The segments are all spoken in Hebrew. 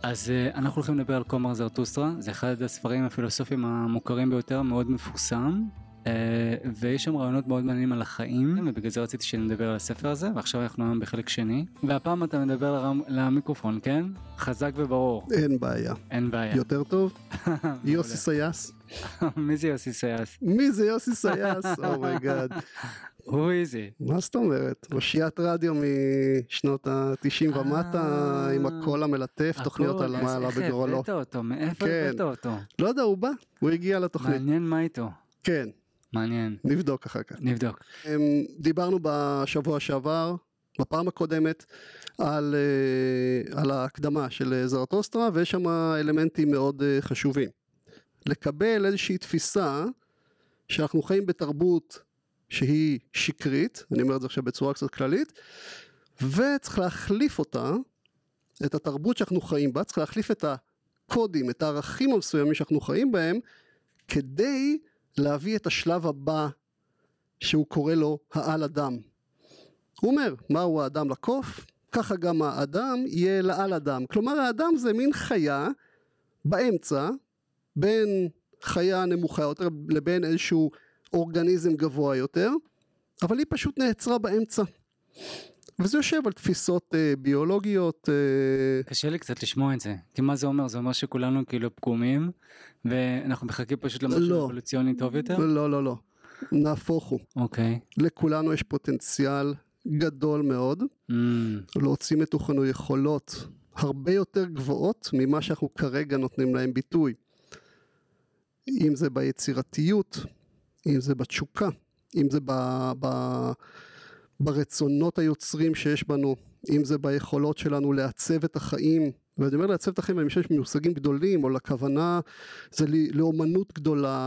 אז אנחנו הולכים לדבר על קומר זרטוסטרה, זה אחד הספרים הפילוסופיים המוכרים ביותר, מאוד מפורסם, ויש שם רעיונות מאוד מעניינים על החיים, ובגלל זה רציתי שנדבר על הספר הזה, ועכשיו אנחנו היום בחלק שני, והפעם אתה מדבר למיקרופון, כן? חזק וברור. אין בעיה. אין בעיה. יותר טוב? יוסי סייס? מי זה יוסי סייס? מי זה יוסי סייס? אומייגאד. הוא איזי. מה זאת אומרת? מושיעת רדיו משנות ה-90 ומטה, עם הקול המלטף, תוכניות על מעלה בגורלו. איך הבאת אותו? מאיפה הבאת אותו? לא יודע, הוא בא, הוא הגיע לתוכנית. מעניין מה איתו. כן. מעניין. נבדוק אחר כך. נבדוק. דיברנו בשבוע שעבר, בפעם הקודמת, על ההקדמה של זרטוסטרה, ויש שם אלמנטים מאוד חשובים. לקבל איזושהי תפיסה, שאנחנו חיים בתרבות שהיא שקרית, אני אומר את זה עכשיו בצורה קצת כללית, וצריך להחליף אותה, את התרבות שאנחנו חיים בה, צריך להחליף את הקודים, את הערכים המסוימים שאנחנו חיים בהם, כדי להביא את השלב הבא, שהוא קורא לו העל אדם. הוא אומר, מהו האדם לקוף? ככה גם האדם יהיה לעל אדם. כלומר, האדם זה מין חיה באמצע, בין חיה נמוכה יותר, לבין איזשהו אורגניזם גבוה יותר, אבל היא פשוט נעצרה באמצע. וזה יושב על תפיסות ביולוגיות. קשה לי קצת לשמוע את זה, כי מה זה אומר? זה אומר שכולנו כאילו פגומים, ואנחנו מחכים פשוט למשהו אבולוציוני טוב יותר? לא, לא, לא. נהפוך הוא. אוקיי. לכולנו יש פוטנציאל גדול מאוד, להוציא מתוכנו יכולות הרבה יותר גבוהות, ממה שאנחנו כרגע נותנים להם ביטוי. אם זה ביצירתיות, אם זה בתשוקה, אם זה ברצונות היוצרים שיש בנו, אם זה ביכולות שלנו לעצב את החיים, ואני אומר לעצב את החיים, אני חושב שמושגים גדולים, או לכוונה, זה לאומנות גדולה,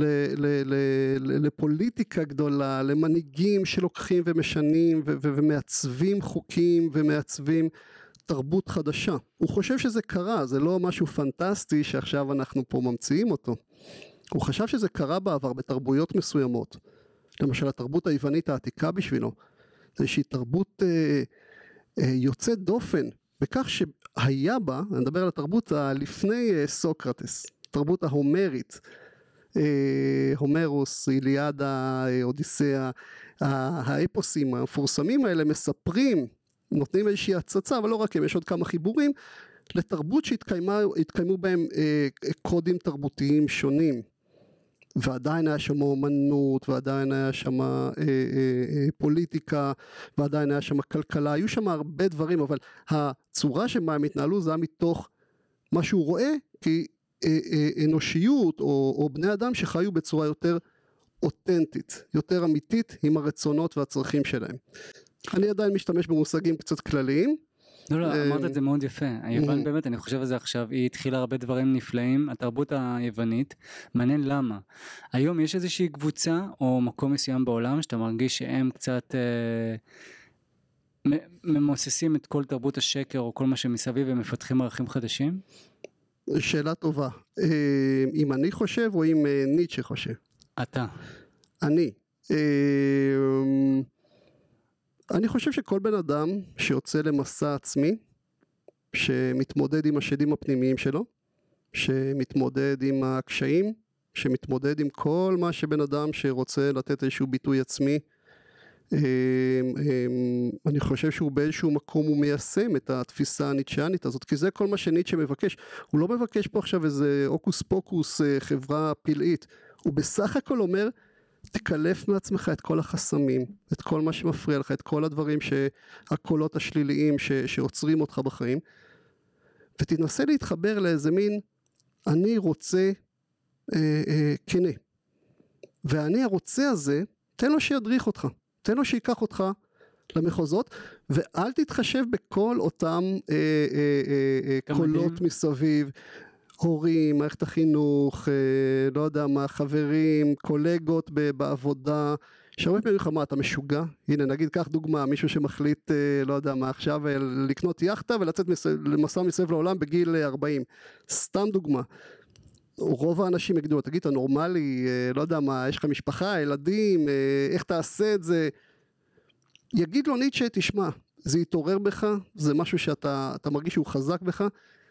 לפוליטיקה גדולה, למנהיגים שלוקחים ומשנים, ומעצבים חוקים, ומעצבים תרבות חדשה. הוא חושב שזה קרה, זה לא משהו פנטסטי, שעכשיו אנחנו פה ממציאים אותו. הוא חשב שזה קרה בעבר בתרבויות מסוימות. למשל, התרבות היוונית העתיקה בשבילו, זה שהיא תרבות יוצאת דופן, בכך שהיה בה, אני מדבר על התרבות לפני סוקרטס, תרבות ההומרית, הומרוס, איליאדה, אודיסאה, האפוסים המפורסמים האלה מספרים, נותנים איזושהי הצצה, אבל לא רק הם, יש עוד כמה חיבורים, לתרבות שהתקיימו בהם קודים תרבותיים שונים, ועדיין היה שם אומנות, ועדיין היה שם פוליטיקה, ועדיין היה שם כלכלה, היו שם הרבה דברים, אבל הצורה שבה הם התנהלו זה היה מתוך מה שהוא רואה, כי אנושיות או בני אדם שחיו בצורה יותר אותנטית, יותר אמיתית עם הרצונות והצרכים שלהם. אני עדיין משתמש במושגים קצת כלליים. לא, אמרת את זה מאוד יפה. היוון באמת, אני חושב על זה עכשיו, היא התחילה הרבה דברים נפלאים, התרבות היוונית, מעניין למה. היום יש איזושהי קבוצה, או מקום מסוים בעולם, שאתה מרגיש שהם קצת ממוססים את כל תרבות השקר, או כל מה שמסביב, ומפתחים ערכים חדשים? שאלה טובה. אם אני חושב, או אם ניטשה חושב? אתה. אני חושב שכל בן אדם שיוצא למסע עצמי, שמתמודד עם השדים הפנימיים שלו, שמתמודד עם הקשיים, שמתמודד עם כל מה שבן אדם שרוצה לתת איזשהו ביטוי עצמי, אני חושב שהוא באיזשהו מקום הוא מיישם את התפיסה הניטשיאנית הזאת, כי זה כל מה שניטשה מבקש. הוא לא מבקש פה עכשיו איזה אוקוס פוקוס חברה פלאית, הוא בסך הכל אומר, תקלף מעצמך את כל החסמים, את כל מה שמפריע לך, את כל הדברים הקולות השליליים שעוצרים אותך בחיים, ותנסה להתחבר לאיזה מין, אני רוצה כנה, ואני הרוצה הזה, תן לו שידריך אותך, תן לו שיקח אותך למחוזות, ואל תתחשב בכל אותם קולות מסביב, הורים, מערכת החינוך, לא יודע מה, חברים, קולגות בעבודה, שהרבה פעמים לך, מה, אתה משוגע? הנה, נגיד, כך דוגמה, מישהו שמחליט, לא יודע מה, עכשיו לקנות יחטה ולצאת למסע מסביב לעולם בגיל 40. סתם דוגמה. רוב האנשים יגידו, תגיד, אתה נורמלי, לא יודע מה, יש לך משפחה, ילדים, איך תעשה את זה? יגיד לו ניטשה, תשמע, זה יתעורר בך, זה משהו שאתה מרגיש שהוא חזק בך,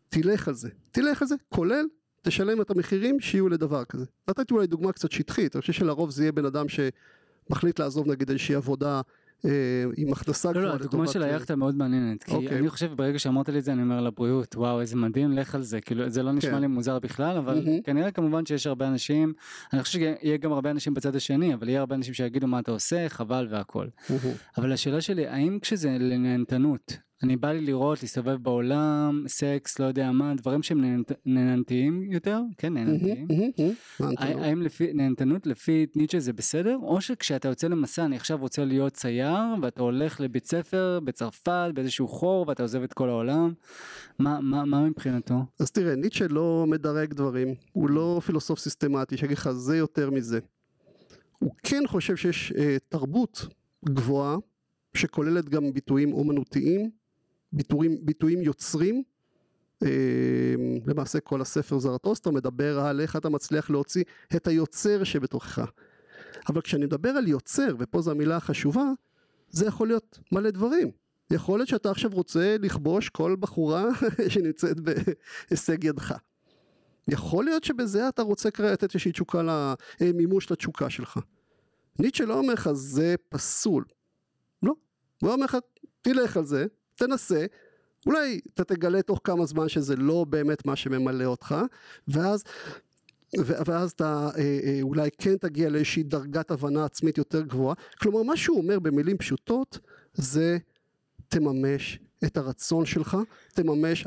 תלך על זה, כולל תשלם את המחירים שיהיו לדבר כזה. נתתי אולי דוגמה קצת שטחית, אני חושב שלרוב זה יהיה בן אדם שמחליט לעזוב נגיד איזושהי עבודה עם הכנסה גבוהה. לא, הדוגמה של היאכטה מאוד מעניינת, כי אני חושב ברגע שאמרת לי את זה אני אומר לבריאות, וואו איזה מדהים, לך על זה, כאילו זה לא נשמע לי מוזר בכלל, אבל כנראה כמובן שיש הרבה אנשים, אני חושב שיהיה גם הרבה אנשים בצד השני, אבל יהיה הרבה אנשים שיגידו מה אתה עושה, חבל והכל. אבל השאלה שלי, האם כשזה לנהנתנות, אני בא לי לראות, להסתובב בעולם, סקס, לא יודע מה, דברים שהם נהנתיים יותר, כן, נהנתיים. האם נהנתנות לפי ניטשה זה בסדר? או שכשאתה יוצא למסע, אני עכשיו רוצה להיות צייר, ואתה הולך לבית ספר בצרפת, באיזשהו חור, ואתה עוזב את כל העולם, מה מבחינתו? אז תראה, ניטשה לא מדרג דברים, הוא לא פילוסוף סיסטמטי, שיגיד לך זה יותר מזה. הוא כן חושב שיש תרבות גבוהה, שכוללת גם ביטויים אומנותיים, ביטויים יוצרים, למעשה כל הספר זרטוסטרה מדבר על איך אתה מצליח להוציא את היוצר שבתוכך. אבל כשאני מדבר על יוצר, ופה זו המילה החשובה, זה יכול להיות מלא דברים. יכול להיות שאתה עכשיו רוצה לכבוש כל בחורה שנמצאת בהישג ידך. יכול להיות שבזה אתה רוצה לתת איזושהי תשוקה, מימוש לתשוקה שלך. ניטשה לא אומר לך זה פסול. לא. הוא אומר לך תלך על זה, תנסה, אולי אתה תגלה תוך כמה זמן שזה לא באמת מה שממלא אותך, ואז אתה אולי כן תגיע לאיזושהי דרגת הבנה עצמית יותר גבוהה. כלומר מה שהוא אומר במילים פשוטות זה תממש את הרצון שלך, תממש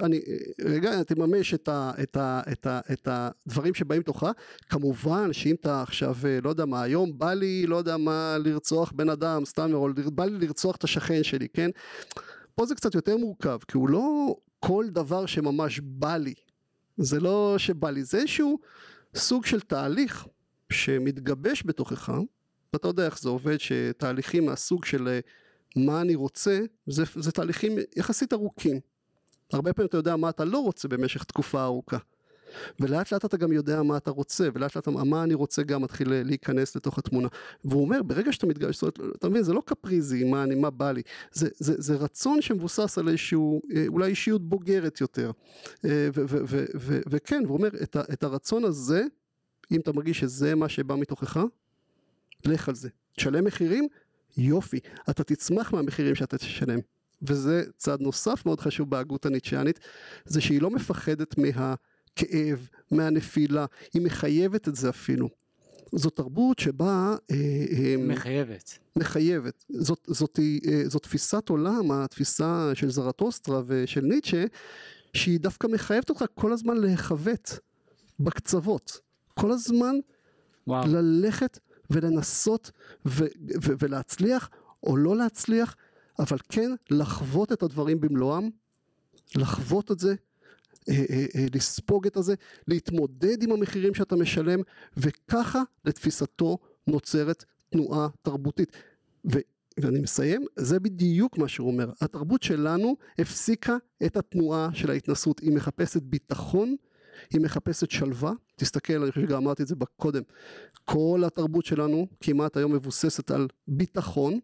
את הדברים שבאים תוכה. כמובן שאם אתה עכשיו לא יודע מה, היום בא לי לא יודע מה לרצוח בן אדם סתם, או בא לי לרצוח את השכן שלי, כן? פה זה קצת יותר מורכב, כי הוא לא כל דבר שממש בא לי, זה לא שבא לי, זה איזשהו סוג של תהליך שמתגבש בתוכך, ואתה יודע איך זה עובד, שתהליכים מהסוג של מה אני רוצה, זה תהליכים יחסית ארוכים. הרבה פעמים אתה יודע מה אתה לא רוצה במשך תקופה ארוכה, ולאט לאט אתה גם יודע מה אתה רוצה, ולאט לאט מה אני רוצה גם מתחיל להיכנס לתוך התמונה. והוא אומר, ברגע שאתה מתגבש, אתה מבין, זה לא קפריזי, מה בא לי, זה רצון שמבוסס על איזשהו, אולי אישיות בוגרת יותר, וכן, והוא אומר, את הרצון הזה, אם אתה מרגיש שזה מה שבא מתוכך, לך על זה. תשלם מחירים, יופי, אתה תצמח מהמחירים שאתה תשלם. וזה צעד נוסף מאוד חשוב בהגות הניטשיאנית, זה שהיא לא מפחדת כאב, מהנפילה, היא מחייבת את זה אפילו. זו תרבות שבה מחייבת. זאת תפיסת עולם, התפיסה של זרטוסטרה ושל ניטשה, שהיא דווקא מחייבת אותך כל הזמן להיחוות בקצוות, כל הזמן ללכת ולנסות ולהצליח או לא להצליח, אבל כן לחוות את הדברים במלואם, לחוות את זה, לספוג את זה, להתמודד עם המחירים שאתה משלם, וככה לתפיסתו נוצרת תנועה תרבותית. ואני מסיים, זה בדיוק מה שהוא אומר. התרבות שלנו הפסיקה את התנועה של ההתנסות, היא מחפשת ביטחון, היא מחפשת שלווה. תסתכל, אני חושב שגם אמרתי את זה קודם, כל התרבות שלנו כמעט היום מבוססת על ביטחון.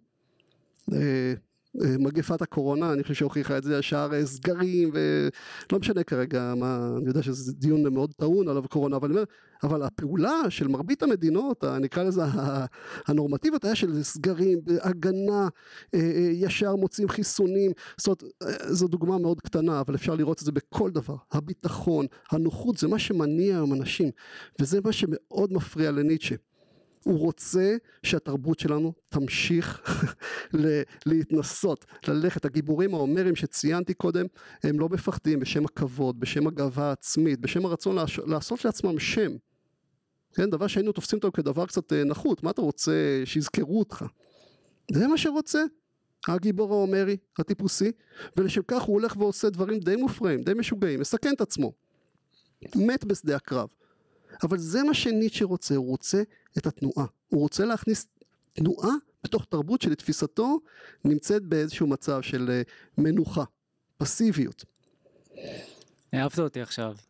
מגפת הקורונה, אני חושב שהוכיחה את זה, השאר סגרים, ולא משנה כרגע, אני יודע שזה דיון מאוד טעון עליו קורונה, אבל הפעולה של מרבית המדינות, נקרא לזה הנורמטיבית, היה של סגרים, הגנה, ישר מוצאים חיסונים, זאת אומרת, זו דוגמה מאוד קטנה, אבל אפשר לראות את זה בכל דבר. הביטחון, הנוחות, זה מה שמניע היום אנשים, וזה מה שמאוד מפריע לניטשה. הוא רוצה שהתרבות שלנו תמשיך להתנסות, ללכת. הגיבורים האומרים שציינתי קודם, הם לא מפחדים בשם הכבוד, בשם הגאווה העצמית, בשם הרצון לעשות לעצמם שם. כן, דבר שהיינו תופסים אותו כדבר קצת נחות, מה אתה רוצה שיזכרו אותך? זה מה שרוצה הגיבור האומרי, הטיפוסי, ולשם כך הוא הולך ועושה דברים די מופרעים, די משוגעים, מסכן את עצמו, מת בשדה הקרב. אבל זה מה שניטשה רוצה, הוא רוצה את התנועה, הוא רוצה להכניס תנועה בתוך תרבות שלתפיסתו נמצאת באיזשהו מצב של מנוחה, פסיביות. אהבת אותי עכשיו,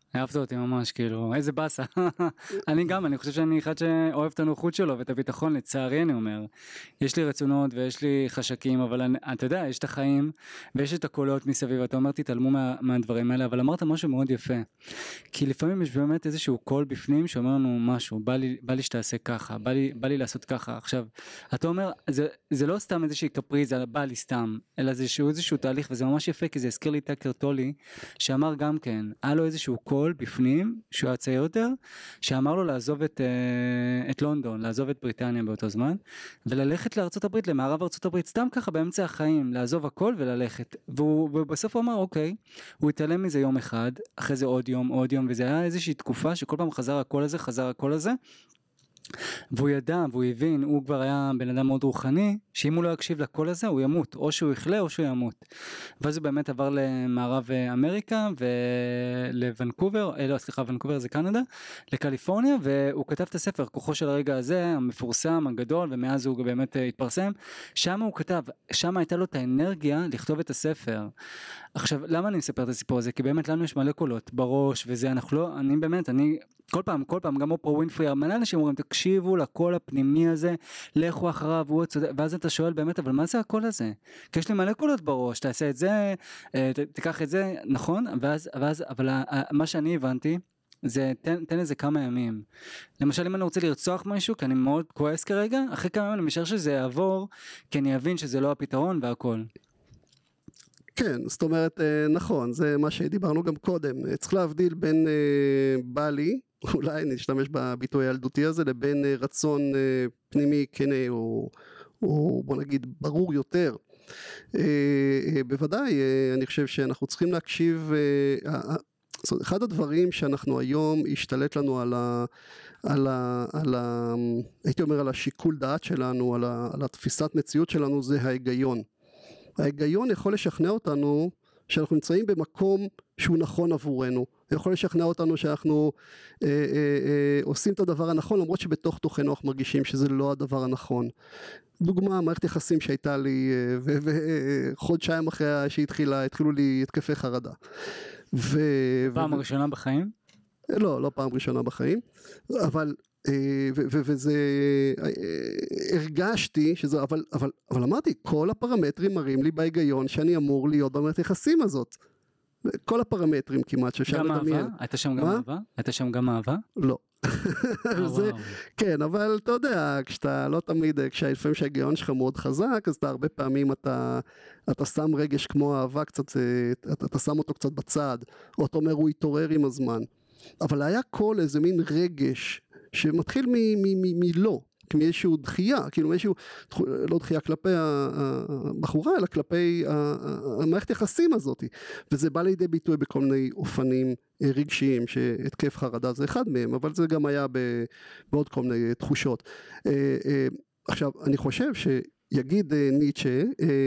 אהבת אותי ממש, כאילו, איזה באסה. אני חושב שאני אחד שאוהב את הנוחות שלו ואת הביטחון, לצערי אני אומר. יש לי רצונות ויש לי חשקים, אבל אתה יודע, יש את החיים ויש את הקולות מסביב, אתה אומר, תתעלמו מהדברים האלה, אבל אמרת משהו מאוד יפה. כי לפעמים יש באמת איזשהו קול בפנים שאומר לנו משהו, בא לי שתעשה ככה, בא לי לעשות ככה. עכשיו, אתה אומר, זה לא סתם איזושהי קפריזה, בא לי סתם, אלא זה איזשהו תהליך, וזה ממש יפה, כי זה הזכיר לי טאקר טולי, שאמר גם כן, היה לו איזשהו קול בפנים, שהוא היה צעיר יותר, שאמר לו לעזוב את לונדון, לעזוב את בריטניה באותו זמן, וללכת לארצות הברית, למערב ארצות הברית, סתם ככה באמצע החיים, לעזוב הכל וללכת. ובסוף הוא אמר, אוקיי, הוא התעלם מזה יום אחד, אחרי זה עוד יום, וזה היה איזושהי תקופה שכל פעם חזר הקול הזה, והוא ידע, והוא הבין, הוא כבר היה בן אדם מאוד רוחני, שאם הוא לא יקשיב לקול הזה, הוא ימות, או שהוא יחלה או שהוא ימות. ואז הוא באמת עבר למערב אמריקה, ולוונקובר, ונקובר זה קנדה, לקליפורניה, והוא כתב את הספר, כוחו של הרגע הזה, המפורסם, הגדול, ומאז הוא באמת התפרסם. שם הוא כתב, שם הייתה לו את האנרגיה לכתוב את הספר. עכשיו, למה אני מספר את הסיפור הזה? כי באמת לנו יש מלא קולות בראש, וזה אנחנו לא, אני כל פעם, גם אופרה ווינפרי, מלא אנשים אומרים, תקשיבו לקול הפנימי הזה, לכו אחריו, ואז אתה שואל באמת, אבל מה זה הקול הזה? כי יש לי מלא קולות בראש, תעשה את זה, תיקח את זה, נכון? אבל מה שאני הבנתי, זה תן לזה כמה ימים. למשל, אם אני רוצה לרצוח משהו, כי אני מאוד כועס כרגע, אחרי כמה ימים אני משער שזה יעבור, כי אני אבין שזה לא הפתרון והכל. כן, זאת אומרת, נכון, זה מה שדיברנו גם קודם. צריך להבדיל בין בא לי, אולי נשתמש בביטוי הילדותי הזה, לבין רצון פנימי כנה, או בוא נגיד ברור יותר. בוודאי, אני חושב שאנחנו צריכים להקשיב, אחד הדברים שאנחנו היום השתלט לנו הייתי אומר על השיקול דעת שלנו, על התפיסת מציאות שלנו, זה ההיגיון. ההיגיון יכול לשכנע אותנו שאנחנו נמצאים במקום שהוא נכון עבורנו, יכול לשכנע אותנו שאנחנו עושים את הדבר הנכון, למרות שבתוך תוכנו אנחנו מרגישים שזה לא הדבר הנכון. דוגמה, מערכת יחסים שהייתה לי, וחודשיים אחרי שהתחילה, התחילו לי התקפי חרדה. פעם ראשונה בחיים? לא פעם ראשונה בחיים, אבל וזה הרגשתי שזה, אבל אמרתי, כל הפרמטרים מראים לי בהיגיון שאני אמור להיות במערכת יחסים הזאת. כל הפרמטרים כמעט שאפשר לדמיין. גם אהבה? הייתה שם גם אהבה? לא. כן, אבל אתה יודע, כשאתה לא תמיד, לפעמים שההיגיון שלך מאוד חזק, אז אתה הרבה פעמים אתה שם רגש כמו אהבה קצת, אתה שם אותו קצת בצד, או אתה אומר הוא יתעורר עם הזמן. אבל היה כל איזה מין רגש שמתחיל מלא, מאיזשהו דחייה, כאילו מאיזשהו, לא דחייה כלפי הבחורה, אלא כלפי המערכת יחסים הזאת, וזה בא לידי ביטוי בכל מיני אופנים רגשיים, שהתקף חרדה זה אחד מהם, אבל זה גם היה בעוד כל מיני תחושות. עכשיו, אני חושב שיגיד ניטשה,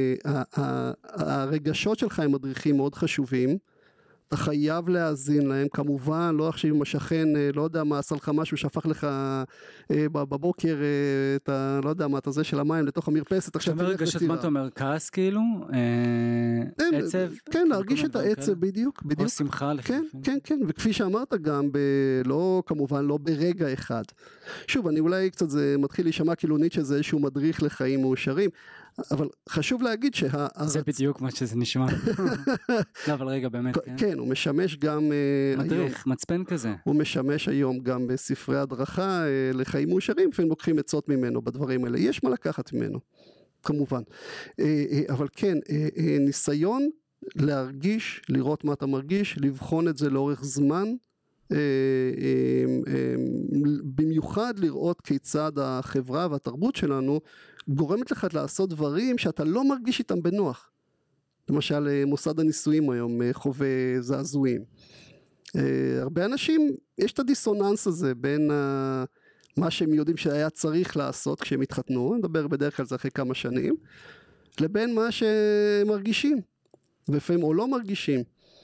הרגשות שלך הם מדריכים מאוד חשובים, אתה חייב להאזין להם, כמובן, לא עכשיו עם השכן, לא יודע מה, עשה לך משהו שהפך לך בבוקר, לא יודע מה, את הזה של המים לתוך המרפסת, עכשיו תלך רגשות, מה אתה אומר, כעס כאילו? עצב? כן, להרגיש את העצב, בדיוק. או שמחה לחלפים. כן, וכפי שאמרת גם, כמובן לא ברגע אחד. שוב, אני אולי קצת, זה מתחיל להישמע כאילו ניטשה זה איזשהו מדריך לחיים מאושרים, אבל חשוב להגיד זה בדיוק מה שזה נשמע. לא, אבל רגע, באמת, כן. כן, הוא משמש גם מדריך, מצפן כזה. הוא משמש היום גם בספרי הדרכה לחיים מאושרים, לפעמים לוקחים עצות ממנו בדברים האלה. יש מה לקחת ממנו, כמובן. אבל כן, ניסיון להרגיש, לראות מה אתה מרגיש, לבחון את זה לאורך זמן, במיוחד לראות כיצד החברה והתרבות שלנו גורמת לך לעשות דברים שאתה לא מרגיש איתם בנוח. למשל, מוסד הנישואים היום חווה זעזועים. הרבה אנשים, יש את הדיסוננס הזה בין מה שהם יודעים שהיה צריך לעשות כשהם התחתנו, נדבר בדרך כלל זה אחרי כמה שנים, לבין מה שהם מרגישים, ולפעמים או לא מרגישים.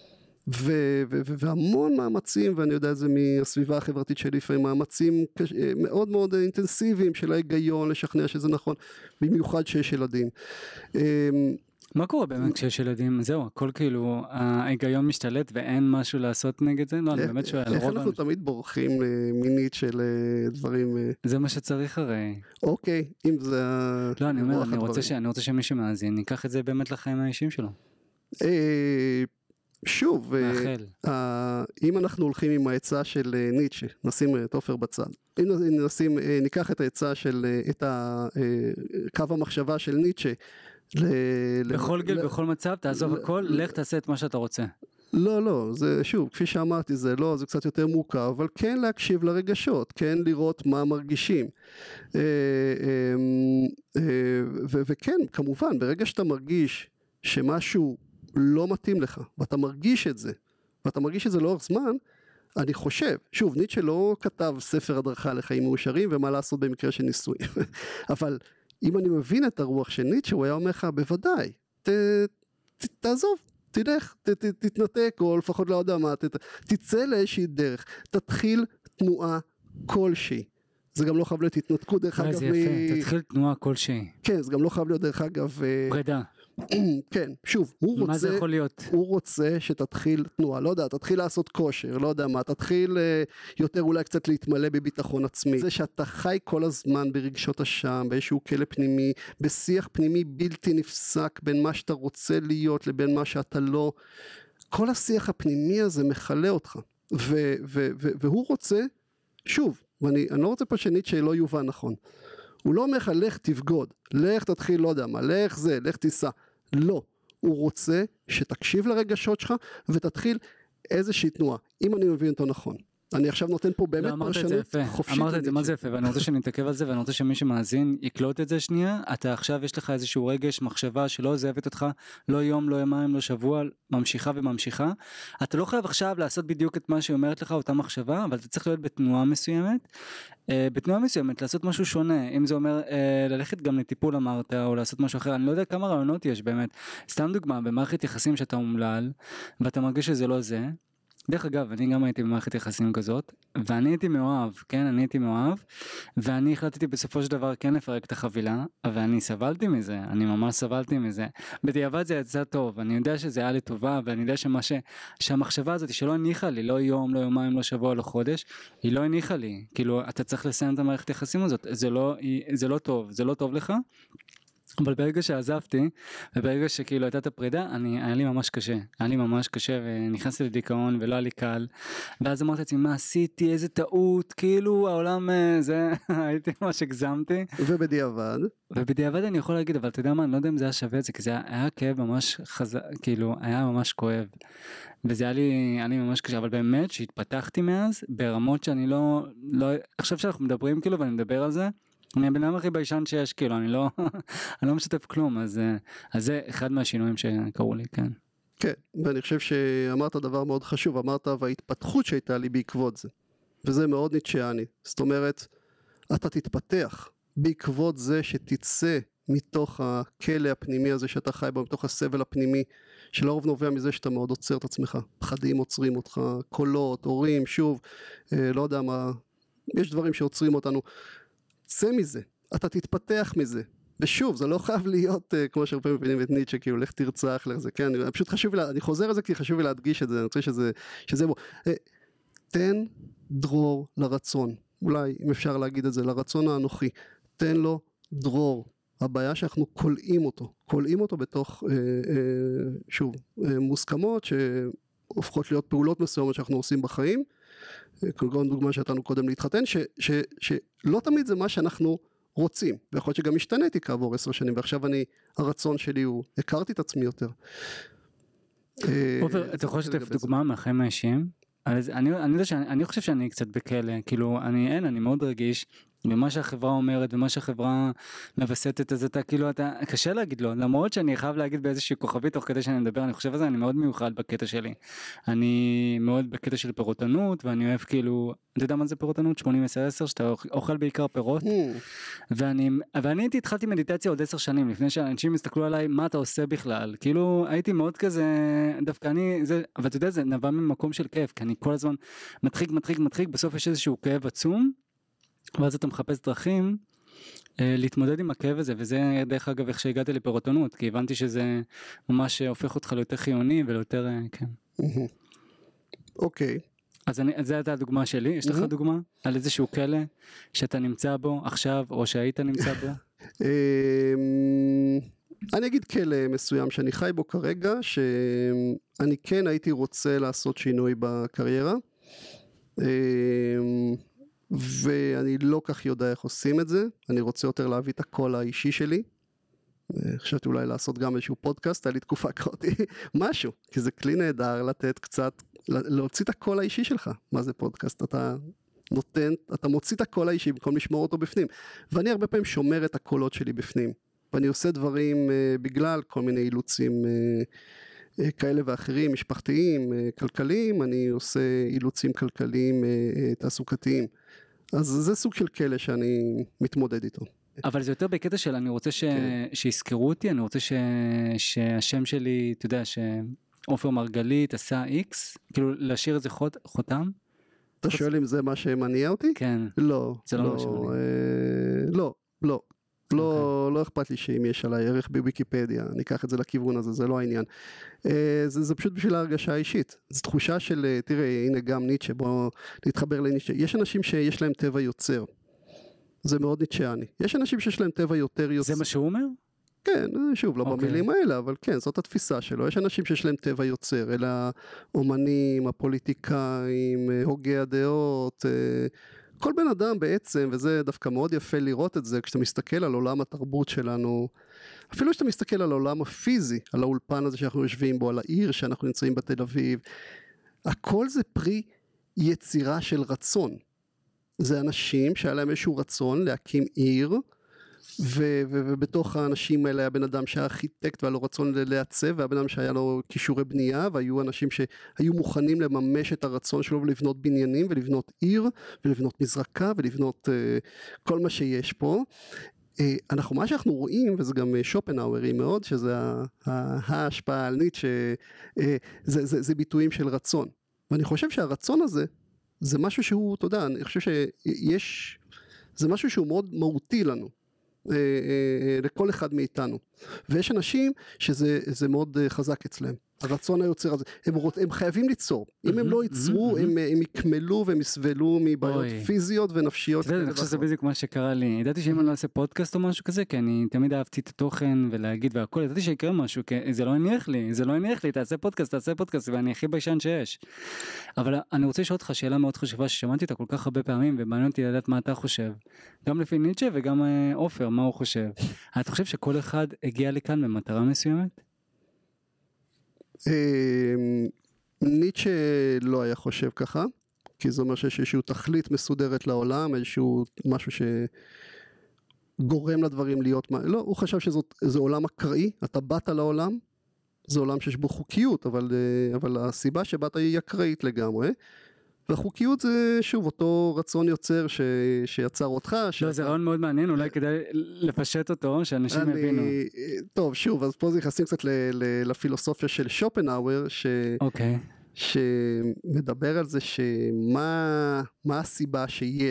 והמון מאמצים, ואני יודע את זה מהסביבה החברתית שלי, לפעמים מאמצים מאוד מאוד אינטנסיביים של ההיגיון לשכנע שזה נכון, במיוחד שיש ילדים. מה קורה באמת כשיש ילדים? זהו, הכל כאילו, ההיגיון משתלט ואין משהו לעשות נגד זה? לא, אני באמת שואל, איך אנחנו תמיד בורחים מינית של דברים... זה מה שצריך הרי. אוקיי, אם זה... לא, אני אומר, אני רוצה שמי שמאזין, ייקח את זה באמת לחיים האישיים שלו. שוב, אם אנחנו הולכים עם העצה של ניטשה, נשים את עופר בצד, אם ניקח את העצה של, את קו המחשבה של ניטשה, בכל גיל, בכל מצב, תעזוב הכל, לך תעשה את מה שאתה רוצה. לא, זה שוב, כפי שאמרתי, זה קצת יותר מורכב, אבל כן להקשיב לרגשות, כן לראות מה מרגישים. וכן, כמובן, ברגע שאתה מרגיש שמשהו לא מתאים לך, ואתה מרגיש את זה, לאורך זמן, אני חושב, שוב, ניטשה לא כתב ספר הדרכה לחיים מאושרים, ומה לעשות במקרה של ניסויים, אבל אם אני מבין את הרוח של ניטשה, הוא היה אומר לך, בוודאי, תעזוב, תלך, תתנתק, או לפחות לא יודע מה, תצא לאיזושהי דרך, תתחיל תנועה כלשהי. זה גם לא חייב להיות התנתקות, דרך אגב. זה יפה, תתחיל תנועה כלשהי. כן, זה גם לא חייב להיות, דרך אגב... פרידה. כן, שוב, מה זה יכול להיות? הוא רוצה שתתחיל תנועה, לא יודע, תתחיל לעשות כושר, לא יודע מה, תתחיל יותר אולי קצת להתמלא בביטחון עצמי. זה שאתה חי כל הזמן ברגשות אשם, באיזשהו כלא פנימי, בשיח פנימי בלתי נפסק בין מה שאתה רוצה להיות לבין מה שאתה לא. כל השיח הפנימי הזה מחלה אותך. והוא רוצה, שוב, ואני לא רוצה פה שניטשה לא יובן נכון. הוא לא אומר לך, לך תבגוד, לך תתחיל, לא יודע מה, לך תיסע. לא, הוא רוצה שתקשיב לרגשות שלך ותתחיל איזושהי תנועה, אם אני מבין אותו נכון. אני עכשיו נותן פה באמת פרשנות חופשית. אמרת את זה, מה זה יפה, ואני רוצה שנתעכב על זה, ואני רוצה שמי שמאזין יקלוט את זה שנייה. אתה עכשיו יש לך איזשהו רגש, מחשבה שלא עוזבת אותך, לא יום, לא יומיים, לא שבוע, ממשיכה וממשיכה. אתה לא חייב עכשיו לעשות בדיוק את מה שהיא אומרת לך, אותה מחשבה, אבל אתה צריך להיות בתנועה מסוימת. בתנועה מסוימת, לעשות משהו שונה, אם זה אומר ללכת גם לטיפול אמרת, או לעשות משהו אחר, אני לא יודע כמה רעיונות יש באמת. סתם דוגמה, במערכת יחסים שאתה אומלל, ואתה מרגיש שזה לא זה. דרך אגב, אני גם הייתי במערכת יחסים כזאת, ואני הייתי מאוהב, כן, ואני החלטתי בסופו של דבר כן לפרק את החבילה, ואני סבלתי מזה, אני ממש סבלתי מזה. בדיעבד זה יצא טוב, אני יודע שזה היה לטובה, ואני יודע שהמחשבה הזאת שלא הניחה לי, לא יום, לא יומיים, לא שבוע, לא חודש, היא לא הניחה לי, כאילו, אתה צריך לסיים את המערכת יחסים הזאת, זה לא טוב, זה לא טוב לך. אבל ברגע שעזבתי, וברגע שכאילו הייתה את הפרידה, היה לי ממש קשה, ונכנסתי לדיכאון ולא היה לי קל, ואז אמרתי לעצמי, מה עשיתי, איזה טעות, כאילו העולם זה, הייתי ממש הגזמתי. ובדיעבד אני יכול להגיד, אבל אתה יודע מה, אני לא יודע אם זה היה שווה את זה, כי זה היה כאב ממש חזק, כאילו, היה ממש כואב, וזה היה לי ממש קשה, אבל באמת שהתפתחתי מאז, ברמות שאני לא, עכשיו שאנחנו מדברים כאילו, ואני מדבר על זה, אני הבן אדם הכי ביישן שיש, כאילו, אני לא משתף כלום, אז זה אחד מהשינויים שקראו לי, כן. כן, ואני חושב שאמרת דבר מאוד חשוב, אמרת, וההתפתחות שהייתה לי בעקבות זה, וזה מאוד ניטשיאני, זאת אומרת, אתה תתפתח בעקבות זה שתצא מתוך הכלא הפנימי הזה שאתה חי בו, מתוך הסבל הפנימי, שלרוב נובע מזה שאתה מאוד עוצר את עצמך, פחדים עוצרים אותך, קולות, הורים, שוב, לא יודע מה, יש דברים שעוצרים אותנו, צא מזה, אתה תתפתח מזה, ושוב, זה לא חייב להיות, כמו שהרבה מבינים את ניטשה, כאילו, לך תרצח, לך זה, כן, פשוט חשוב לי, אני חוזר על זה כי חשוב לי להדגיש את זה, אני רוצה שזה בו, תן דרור לרצון, אולי אם אפשר להגיד את זה, לרצון האנוכי, תן לו דרור, הבעיה שאנחנו כולאים אותו בתוך, שוב, מוסכמות שהופכות להיות פעולות מסוימות שאנחנו עושים בחיים, כגון דוגמה שהתנו קודם להתחתן, שלא תמיד זה מה שאנחנו רוצים, ויכול להיות שגם השתניתי כעבור 10 שנים, ועכשיו הרצון שלי הוא, הכרתי את עצמי יותר. עופר, אתה יכול לשתף דוגמה מהחיים האישיים? אני חושב שאני קצת בכלא, כאילו, אני מאוד רגיש, ומה שהחברה אומרת, ומה שהחברה מבסטת, אז אתה כאילו, קשה להגיד לו, למרות שאני חייב להגיד באיזושהי כוכבית, תוך כדי שאני מדבר, אני חושב על זה, אני מאוד מיוחד בקטע שלי. אני מאוד בקטע של פירוטנות, ואני אוהב כאילו, אתה יודע מה זה פירוטנות? 80-10-10, שאתה אוכל בעיקר פירות, ואני התחלתי מדיטציה עוד 10 שנים, לפני שאנשים הסתכלו עליי, מה אתה עושה בכלל? כאילו, הייתי מאוד כזה, דווקא אבל אתה יודע, זה נבע ממקום של כאב, כי אני כל הזמן מדחיק, בסוף יש איזשהו כאב עצום, ואז אתה מחפש דרכים להתמודד עם הכאב הזה, וזה דרך אגב איך שהגעתי לפירוטונות, כי הבנתי שזה ממש הופך אותך ליותר חיוני וליותר, כן. אוקיי. אז זו הייתה הדוגמה שלי, יש לך דוגמה על איזשהו כלא שאתה נמצא בו עכשיו, או שהיית נמצא בו? אני אגיד כלא מסוים שאני חי בו כרגע, שאני כן הייתי רוצה לעשות שינוי בקריירה, ואני לא כך יודע איך עושים את זה, אני רוצה יותר להביא את הקול האישי שלי, חשבתי אולי לעשות גם איזשהו פודקאסט, היה לי תקופה כרותי, משהו, כי זה כלי נהדר לתת קצת, להוציא את הקול האישי שלך, מה זה פודקאסט, אתה נותן, אתה מוציא את הקול האישי במקום לשמור אותו בפנים, ואני הרבה פעמים שומר את הקולות שלי בפנים, ואני עושה דברים בגלל כל מיני אילוצים כאלה ואחרים, משפחתיים, כלכליים, אני עושה אילוצים כלכליים תעסוקתיים, אז זה סוג של כלא שאני מתמודד איתו. אבל זה יותר בקטע של אני רוצה שיזכרו אותי, אני רוצה שהשם שלי, אתה יודע, שעופר מרגלית עשה איקס, כאילו להשאיר את זה חותם? אתה שואל אם זה מה שמניע אותי? כן. לא. זה לא מה שמניע. לא אכפת לי שאם יש עליי ערך בוויקיפדיה, אני אקח את זה לכיוון הזה, זה לא העניין. זה פשוט בשביל ההרגשה האישית. זו תחושה של, תראה, הנה גם ניטשה, בוא נתחבר לניטשה. יש אנשים שיש להם טבע יוצר. זה מאוד ניטשיאני. יש אנשים שיש להם טבע יותר יוצר. זה מה שהוא אומר? כן, שוב, לא במילים האלה, אבל כן, זאת התפיסה שלו. יש אנשים שיש להם טבע יוצר, אלה האומנים, הפוליטיקאים, הוגי הדעות, כל בן אדם בעצם, וזה דווקא מאוד יפה לראות את זה, כשאתה מסתכל על עולם התרבות שלנו, אפילו כשאתה מסתכל על העולם הפיזי, על האולפן הזה שאנחנו יושבים בו, על העיר שאנחנו נמצאים בתל אביב, הכל זה פרי יצירה של רצון. זה אנשים שהיה להם איזשהו רצון להקים עיר, ובתוך האנשים האלה היה בן אדם שהיה ארכיטקט והיה לו רצון לעצב, והיה בן אדם שהיה לו כישורי בנייה, והיו אנשים שהיו מוכנים לממש את הרצון שלו ולבנות בניינים ולבנות עיר ולבנות מזרקה ולבנות כל מה שיש פה. מה שאנחנו רואים, וזה גם שופנהאוארי מאוד, שזה ההשפעה על ניטשה, זה ביטויים של רצון. ואני חושב שהרצון הזה זה משהו שהוא, אתה יודע, אני חושב זה משהו שהוא מאוד מהותי לנו, לכל אחד מאיתנו. ויש אנשים שזה מאוד חזק אצלם. הרצון היוצר הזה, הם חייבים ליצור. אם הם לא ייצרו, הם יקמלו והם יסבלו מבעיות פיזיות ונפשיות. אני חושב שזה בדיוק מה שקרה לי. ידעתי שאם אני לא אעשה פודקאסט או משהו כזה, כי אני תמיד אהבתי את התוכן ולהגיד והכל, ידעתי שיקרה משהו, כי זה לא הניח לי, תעשה פודקאסט, ואני הכי ביישן שיש. אבל אני רוצה לשאול אותך שאלה מאוד חשובה, ששמעתי אותה כל כך הרבה פעמים, ומעניין אותי לדעת מה אתה חושב. גם לפי ניטשה וגם עופר, מה הוא חושב. אתה חושב שכל אחד הגיע לכאן במטרה מסוימת? ניטשה לא היה חושב ככה, כי זה אומר שיש איזושהי תכלית מסודרת לעולם, איזשהו משהו שגורם לדברים להיות, לא, הוא חשב שזה עולם אקראי, אתה באת לעולם, זה עולם שיש בו חוקיות, אבל הסיבה שבאת היא אקראית לגמרי, והחוקיות זה שוב אותו רצון יוצר שיצר אותך. לא, זה רעיון מאוד מעניין, אולי כדאי לפשט אותו, שאנשים הבינו. טוב, שוב, אז פה זה נכנסים קצת לפילוסופיה של שופנהאואר, שמדבר על זה מה הסיבה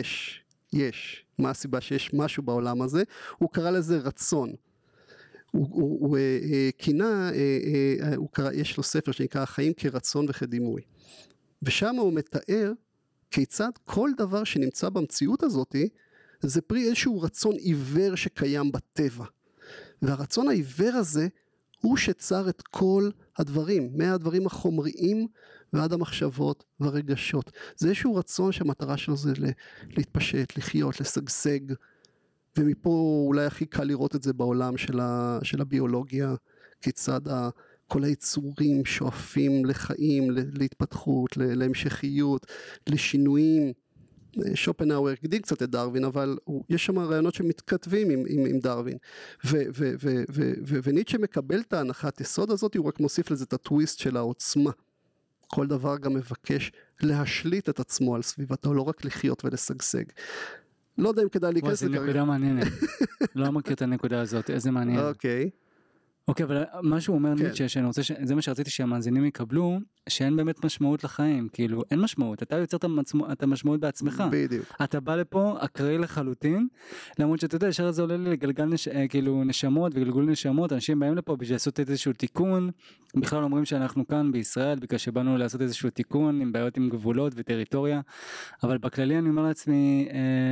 מה הסיבה שיש משהו בעולם הזה, הוא קרא לזה רצון. הוא כינה, יש לו ספר שנקרא החיים כרצון וכדימוי. ושם הוא מתאר כיצד כל דבר שנמצא במציאות הזאת זה פרי איזשהו רצון עיוור שקיים בטבע. והרצון העיוור הזה הוא שצר את כל הדברים, מהדברים החומריים ועד המחשבות והרגשות. זה איזשהו רצון שהמטרה שלו זה להתפשט, לחיות, לשגשג, ומפה אולי הכי קל לראות את זה בעולם של הביולוגיה, כיצד כל היצורים שואפים לחיים, להתפתחות, להמשכיות, לשינויים. שופנהאואר הקדים קצת את דרווין, אבל יש שם רעיונות שמתכתבים עם דרווין. וניטשה מקבל את ההנחת יסוד הזאת, הוא רק מוסיף לזה את הטוויסט של העוצמה. כל דבר גם מבקש להשליט את עצמו על סביבתו, לא רק לחיות ולשגשג. לא יודע אם כדאי להיכנס לכך. זה נקודה מעניינת. לא מכיר את הנקודה הזאת, איזה מעניין. אוקיי, אבל מה שהוא אומר כן. ניטשה, זה מה שרציתי שהמאזינים יקבלו, שאין באמת משמעות לחיים, כאילו, אין משמעות, אתה יוצר את המשמעות בעצמך. בדיוק. אתה בא לפה, אקראי לחלוטין, למרות שאתה יודע, ישר זה עולה לי לגלגל כאילו נשמות וגלגול נשמות, אנשים באים לפה בשביל לעשות איזשהו תיקון, בכלל אומרים שאנחנו כאן בישראל, בגלל שבאנו לעשות איזשהו תיקון, עם בעיות עם גבולות וטריטוריה, אבל בכללי אני אומר לעצמי,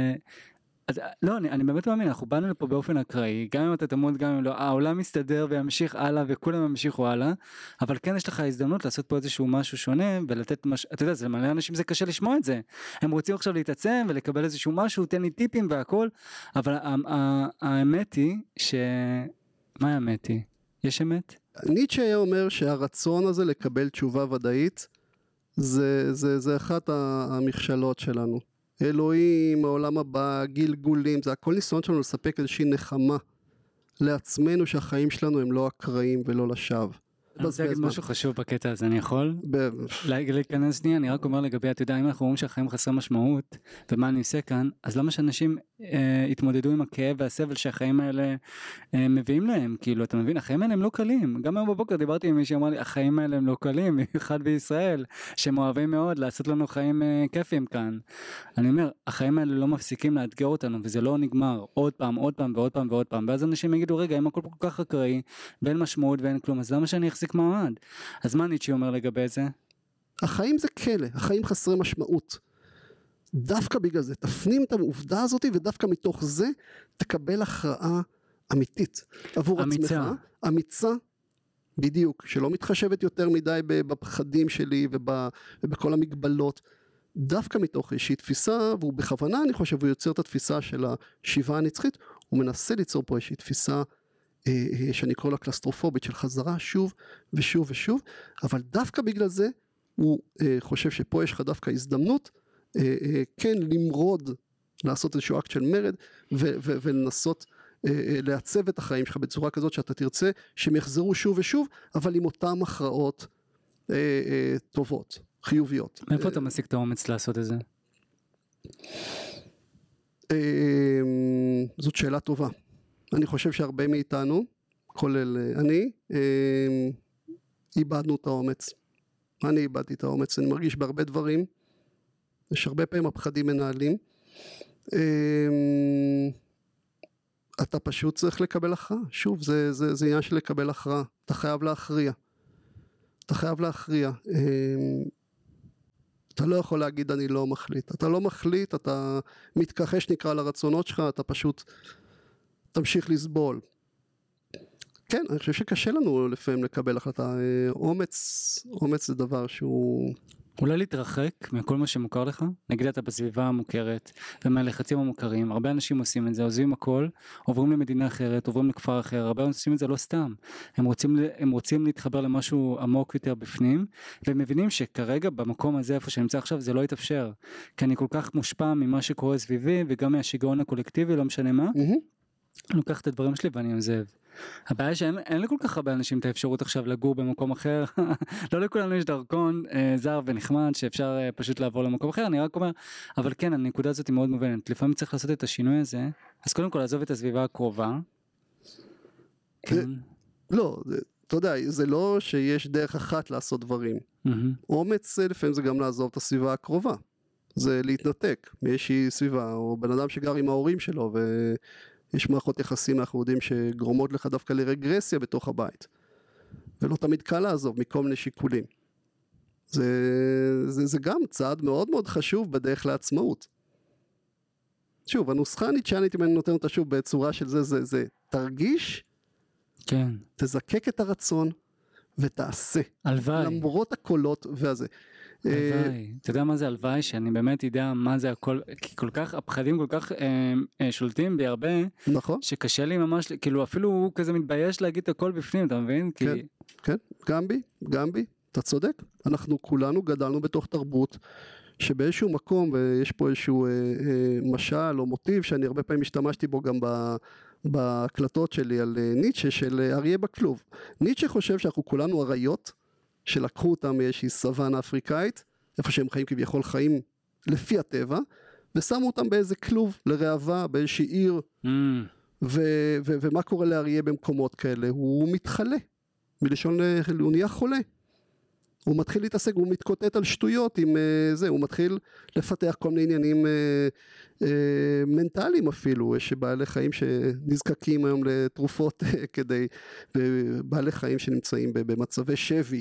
לא, אני באמת מאמין, אנחנו באנו לפה באופן אקראי, גם אם אתה תמות, גם אם לא, העולם מסתדר וימשיך הלאה וכולם ימשיכו הלאה, אבל כן יש לך הזדמנות לעשות פה איזשהו משהו שונה ולתת אתה יודע, זה מלא אנשים זה קשה לשמוע את זה, הם רוצים עכשיו להתעצם ולקבל איזשהו משהו, תן לי טיפים והכל, אבל האמת היא מה האמת היא? יש אמת? ניטשה היה אומר שהרצון הזה לקבל תשובה ודאית, זה אחת המכשלות שלנו. אלוהים, העולם הבא, גלגולים, זה הכל ניסיון שלנו לספק איזושהי נחמה לעצמנו שהחיים שלנו הם לא אקראיים ולא לשווא. אני רוצה להגיד משהו חשוב בקטע הזה, אני יכול להיכנס שנייה, אני רק אומר לגבי, אתה יודע, אם אנחנו אומרים שהחיים חסר משמעות, ומה אני עושה כאן, אז למה שאנשים יתמודדו עם הכאב והסבל שהחיים האלה מביאים להם, כאילו, אתה מבין, החיים האלה הם לא קלים, גם היום בבוקר דיברתי עם מי שאמר לי, החיים האלה הם לא קלים, במיוחד בישראל, שהם אוהבים מאוד לעשות לנו חיים כיפים כאן. אני אומר, החיים האלה לא מפסיקים לאתגר אותנו, וזה לא נגמר עוד פעם, עוד פעם ועוד פעם ועוד פעם, ואז אנשים יגידו, רגע, אם הכל כל כך אקראי, ואין משמעות ואין כלום, אז למה שאני אחזיק מעמד? אז מה ניטשה אומר לגבי זה? החיים זה כלא, החיים חסרי משמעות. דווקא בגלל זה, תפנים את העובדה הזאת, ודווקא מתוך זה תקבל הכרעה אמיתית. עבור עצמך, אמיצה, בדיוק, שלא מתחשבת יותר מדי בפחדים שלי ובכל המגבלות. דווקא מתוך איזושהי תפיסה, והוא בכוונה, אני חושב, הוא יוצר את התפיסה של השיבה הנצחית, הוא מנסה ליצור פה איזושהי תפיסה שאני קורא לה קלסטרופובית של חזרה שוב ושוב ושוב, אבל דווקא בגלל זה הוא חושב שפה יש לך דווקא הזדמנות כן למרוד, לעשות איזשהו אקט של מרד ולנסות לעצב את החיים שלך בצורה כזאת שאתה תרצה שהם יחזרו שוב ושוב, אבל עם אותם הכרעות טובות, חיוביות. מאיפה אתה משיג את האומץ לעשות את זה? זאת שאלה טובה. אני חושב שהרבה מאיתנו, כולל אני, איבדנו את האומץ. אני איבדתי את האומץ, אני מרגיש בהרבה דברים, יש הרבה פעמים הפחדים מנהלים, אתה פשוט צריך לקבל הכרעה, שוב, זה עניין של לקבל הכרעה, אתה חייב להכריע, אתה לא יכול להגיד אני לא מחליט, אתה לא מחליט, אתה מתכחש נקרא לרצונות שלך, אתה פשוט תמשיך לסבול. כן, אני חושב שקשה לנו לפעמים לקבל החלטה, אומץ זה דבר שהוא... אולי להתרחק מכל מה שמוכר לך, נגיד אתה בסביבה המוכרת ומהלחצים המוכרים, הרבה אנשים עושים את זה, עוזבים הכל, עוברים למדינה אחרת, עוברים לכפר אחר, הרבה אנשים עושים את זה לא סתם, הם רוצים להתחבר למשהו עמוק יותר בפנים, והם מבינים שכרגע במקום הזה איפה שנמצא עכשיו זה לא יתאפשר, כי אני כל כך מושפע ממה שקורה סביבי, וגם מהשיגעון הקולקטיבי, לא משנה מה, אני לוקח את הדברים שלי ואני עוזב. הבעיה שאין לכל כך הרבה אנשים את האפשרות עכשיו לגור במקום אחר, לא לכולנו יש דרכון זר ונחמד שאפשר פשוט לעבור למקום אחר, אני רק אומר, אבל כן, הנקודה הזאת היא מאוד מובנת, לפעמים צריך לעשות את השינוי הזה, אז קודם כל לעזוב את הסביבה הקרובה. לא, אתה יודע, זה לא שיש דרך אחת לעשות דברים, אומץ לפעמים זה גם לעזוב את הסביבה הקרובה, זה להתנתק מאיזושהי סביבה, או בן אדם שגר עם ההורים שלו יש מערכות יחסים אנחנו יודעים שגרומות לך דווקא לרגרסיה בתוך הבית, ולא תמיד קל לעזוב מכל מיני שיקולים. זה גם צעד מאוד מאוד חשוב בדרך לעצמאות. שוב, הנוסחה הניטשיאנית, אם אני נותן אותה שוב בצורה של זה תרגיש, כן. תזקק את הרצון ותעשה. הלוואי. למרות הקולות והזה. הלוואי, אתה יודע מה זה הלוואי, שאני באמת יודע מה זה הכל, כי כל כך, הפחדים כל כך שולטים בי הרבה, נכון. שקשה לי ממש, כאילו אפילו הוא כזה מתבייש להגיד את הכל בפנים, אתה מבין? כן, כן, גם בי, אתה צודק, אנחנו כולנו גדלנו בתוך תרבות, שבאיזשהו מקום, ויש פה איזשהו משל או מוטיב, שאני הרבה פעמים השתמשתי בו גם בהקלטות שלי על ניטשה, של אריה בכלוב. ניטשה חושב שאנחנו כולנו אריות, שלקחו אותם מאיזושהי סוואנה אפריקאית, איפה שהם חיים כביכול חיים לפי הטבע, ושמו אותם באיזה כלוב לרעבה, באיזושהי עיר, ומה קורה לאריה במקומות כאלה? הוא מתחלה, מלשון הוא נהיה חולה. הוא מתחיל להתעסק, הוא מתקוטט על שטויות עם זה, הוא מתחיל לפתח כל מיני עניינים מנטליים אפילו, יש בעלי חיים שנזקקים היום לתרופות כדי, בעלי חיים שנמצאים במצבי שבי.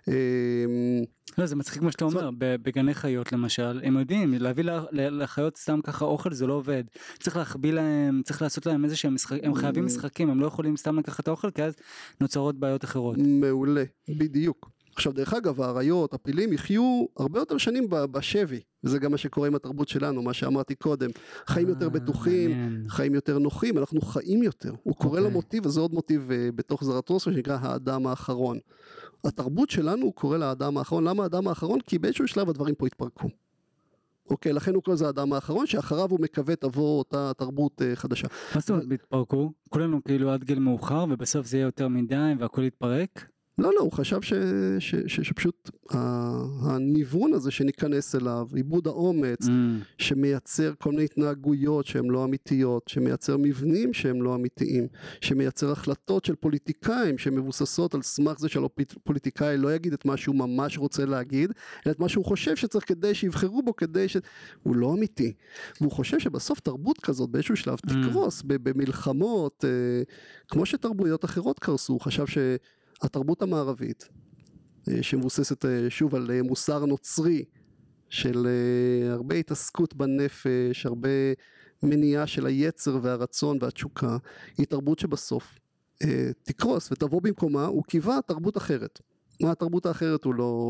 לא, זה מצחיק מה שאתה אומר, בגני חיות למשל, הם יודעים, להביא לחיות סתם ככה אוכל זה לא עובד, צריך להחביא להם, צריך לעשות להם איזה שהם משחקים, הם חייבים משחקים, הם לא יכולים סתם לקחת האוכל, כי אז נוצרות בעיות אחרות. מעולה, בדיוק. עכשיו דרך אגב, האריות, הפילים יחיו הרבה יותר שנים בשבי, וזה גם מה שקורה עם התרבות שלנו, מה שאמרתי קודם, חיים יותר בטוחים, חיים יותר נוחים, אנחנו חיים יותר. הוא קורא למוטיב, וזה עוד מוטיב בתוך זרטוסטרה שנקרא האדם האחרון. התרבות שלנו הוא קורא לאדם האחרון, למה האדם האחרון? כי באיזשהו שלב הדברים פה התפרקו. אוקיי, לכן הוא קורא לזה האדם האחרון, שאחריו הוא מקווה תבוא אותה תרבות חדשה. מה זאת אומרת התפרקו? כולנו כאילו עד גיל מאוחר, ובסוף זה יהיה יותר מדי והכל יתפרק? לא, הוא חשב שפשוט הניוון הזה שניכנס אליו, עיבוד האומץ, שמייצר כל מיני התנהגויות שהן לא אמיתיות, שמייצר מבנים שהם לא אמיתיים, שמייצר החלטות של פוליטיקאים שמבוססות על סמך זה של פוליטיקאי לא יגיד את מה שהוא ממש רוצה להגיד, אלא את מה שהוא חושב שצריך כדי שיבחרו בו, הוא לא אמיתי. והוא חושב שבסוף תרבות כזאת באיזשהו שלב תקרוס במלחמות, כמו שתרבויות אחרות קרסו. הוא חשב התרבות המערבית, שמבוססת שוב על מוסר נוצרי, של הרבה התעסקות בנפש, הרבה מניעה של היצר והרצון והתשוקה, היא תרבות שבסוף תקרוס ותבוא במקומה, הוא קיווה תרבות אחרת. מה התרבות האחרת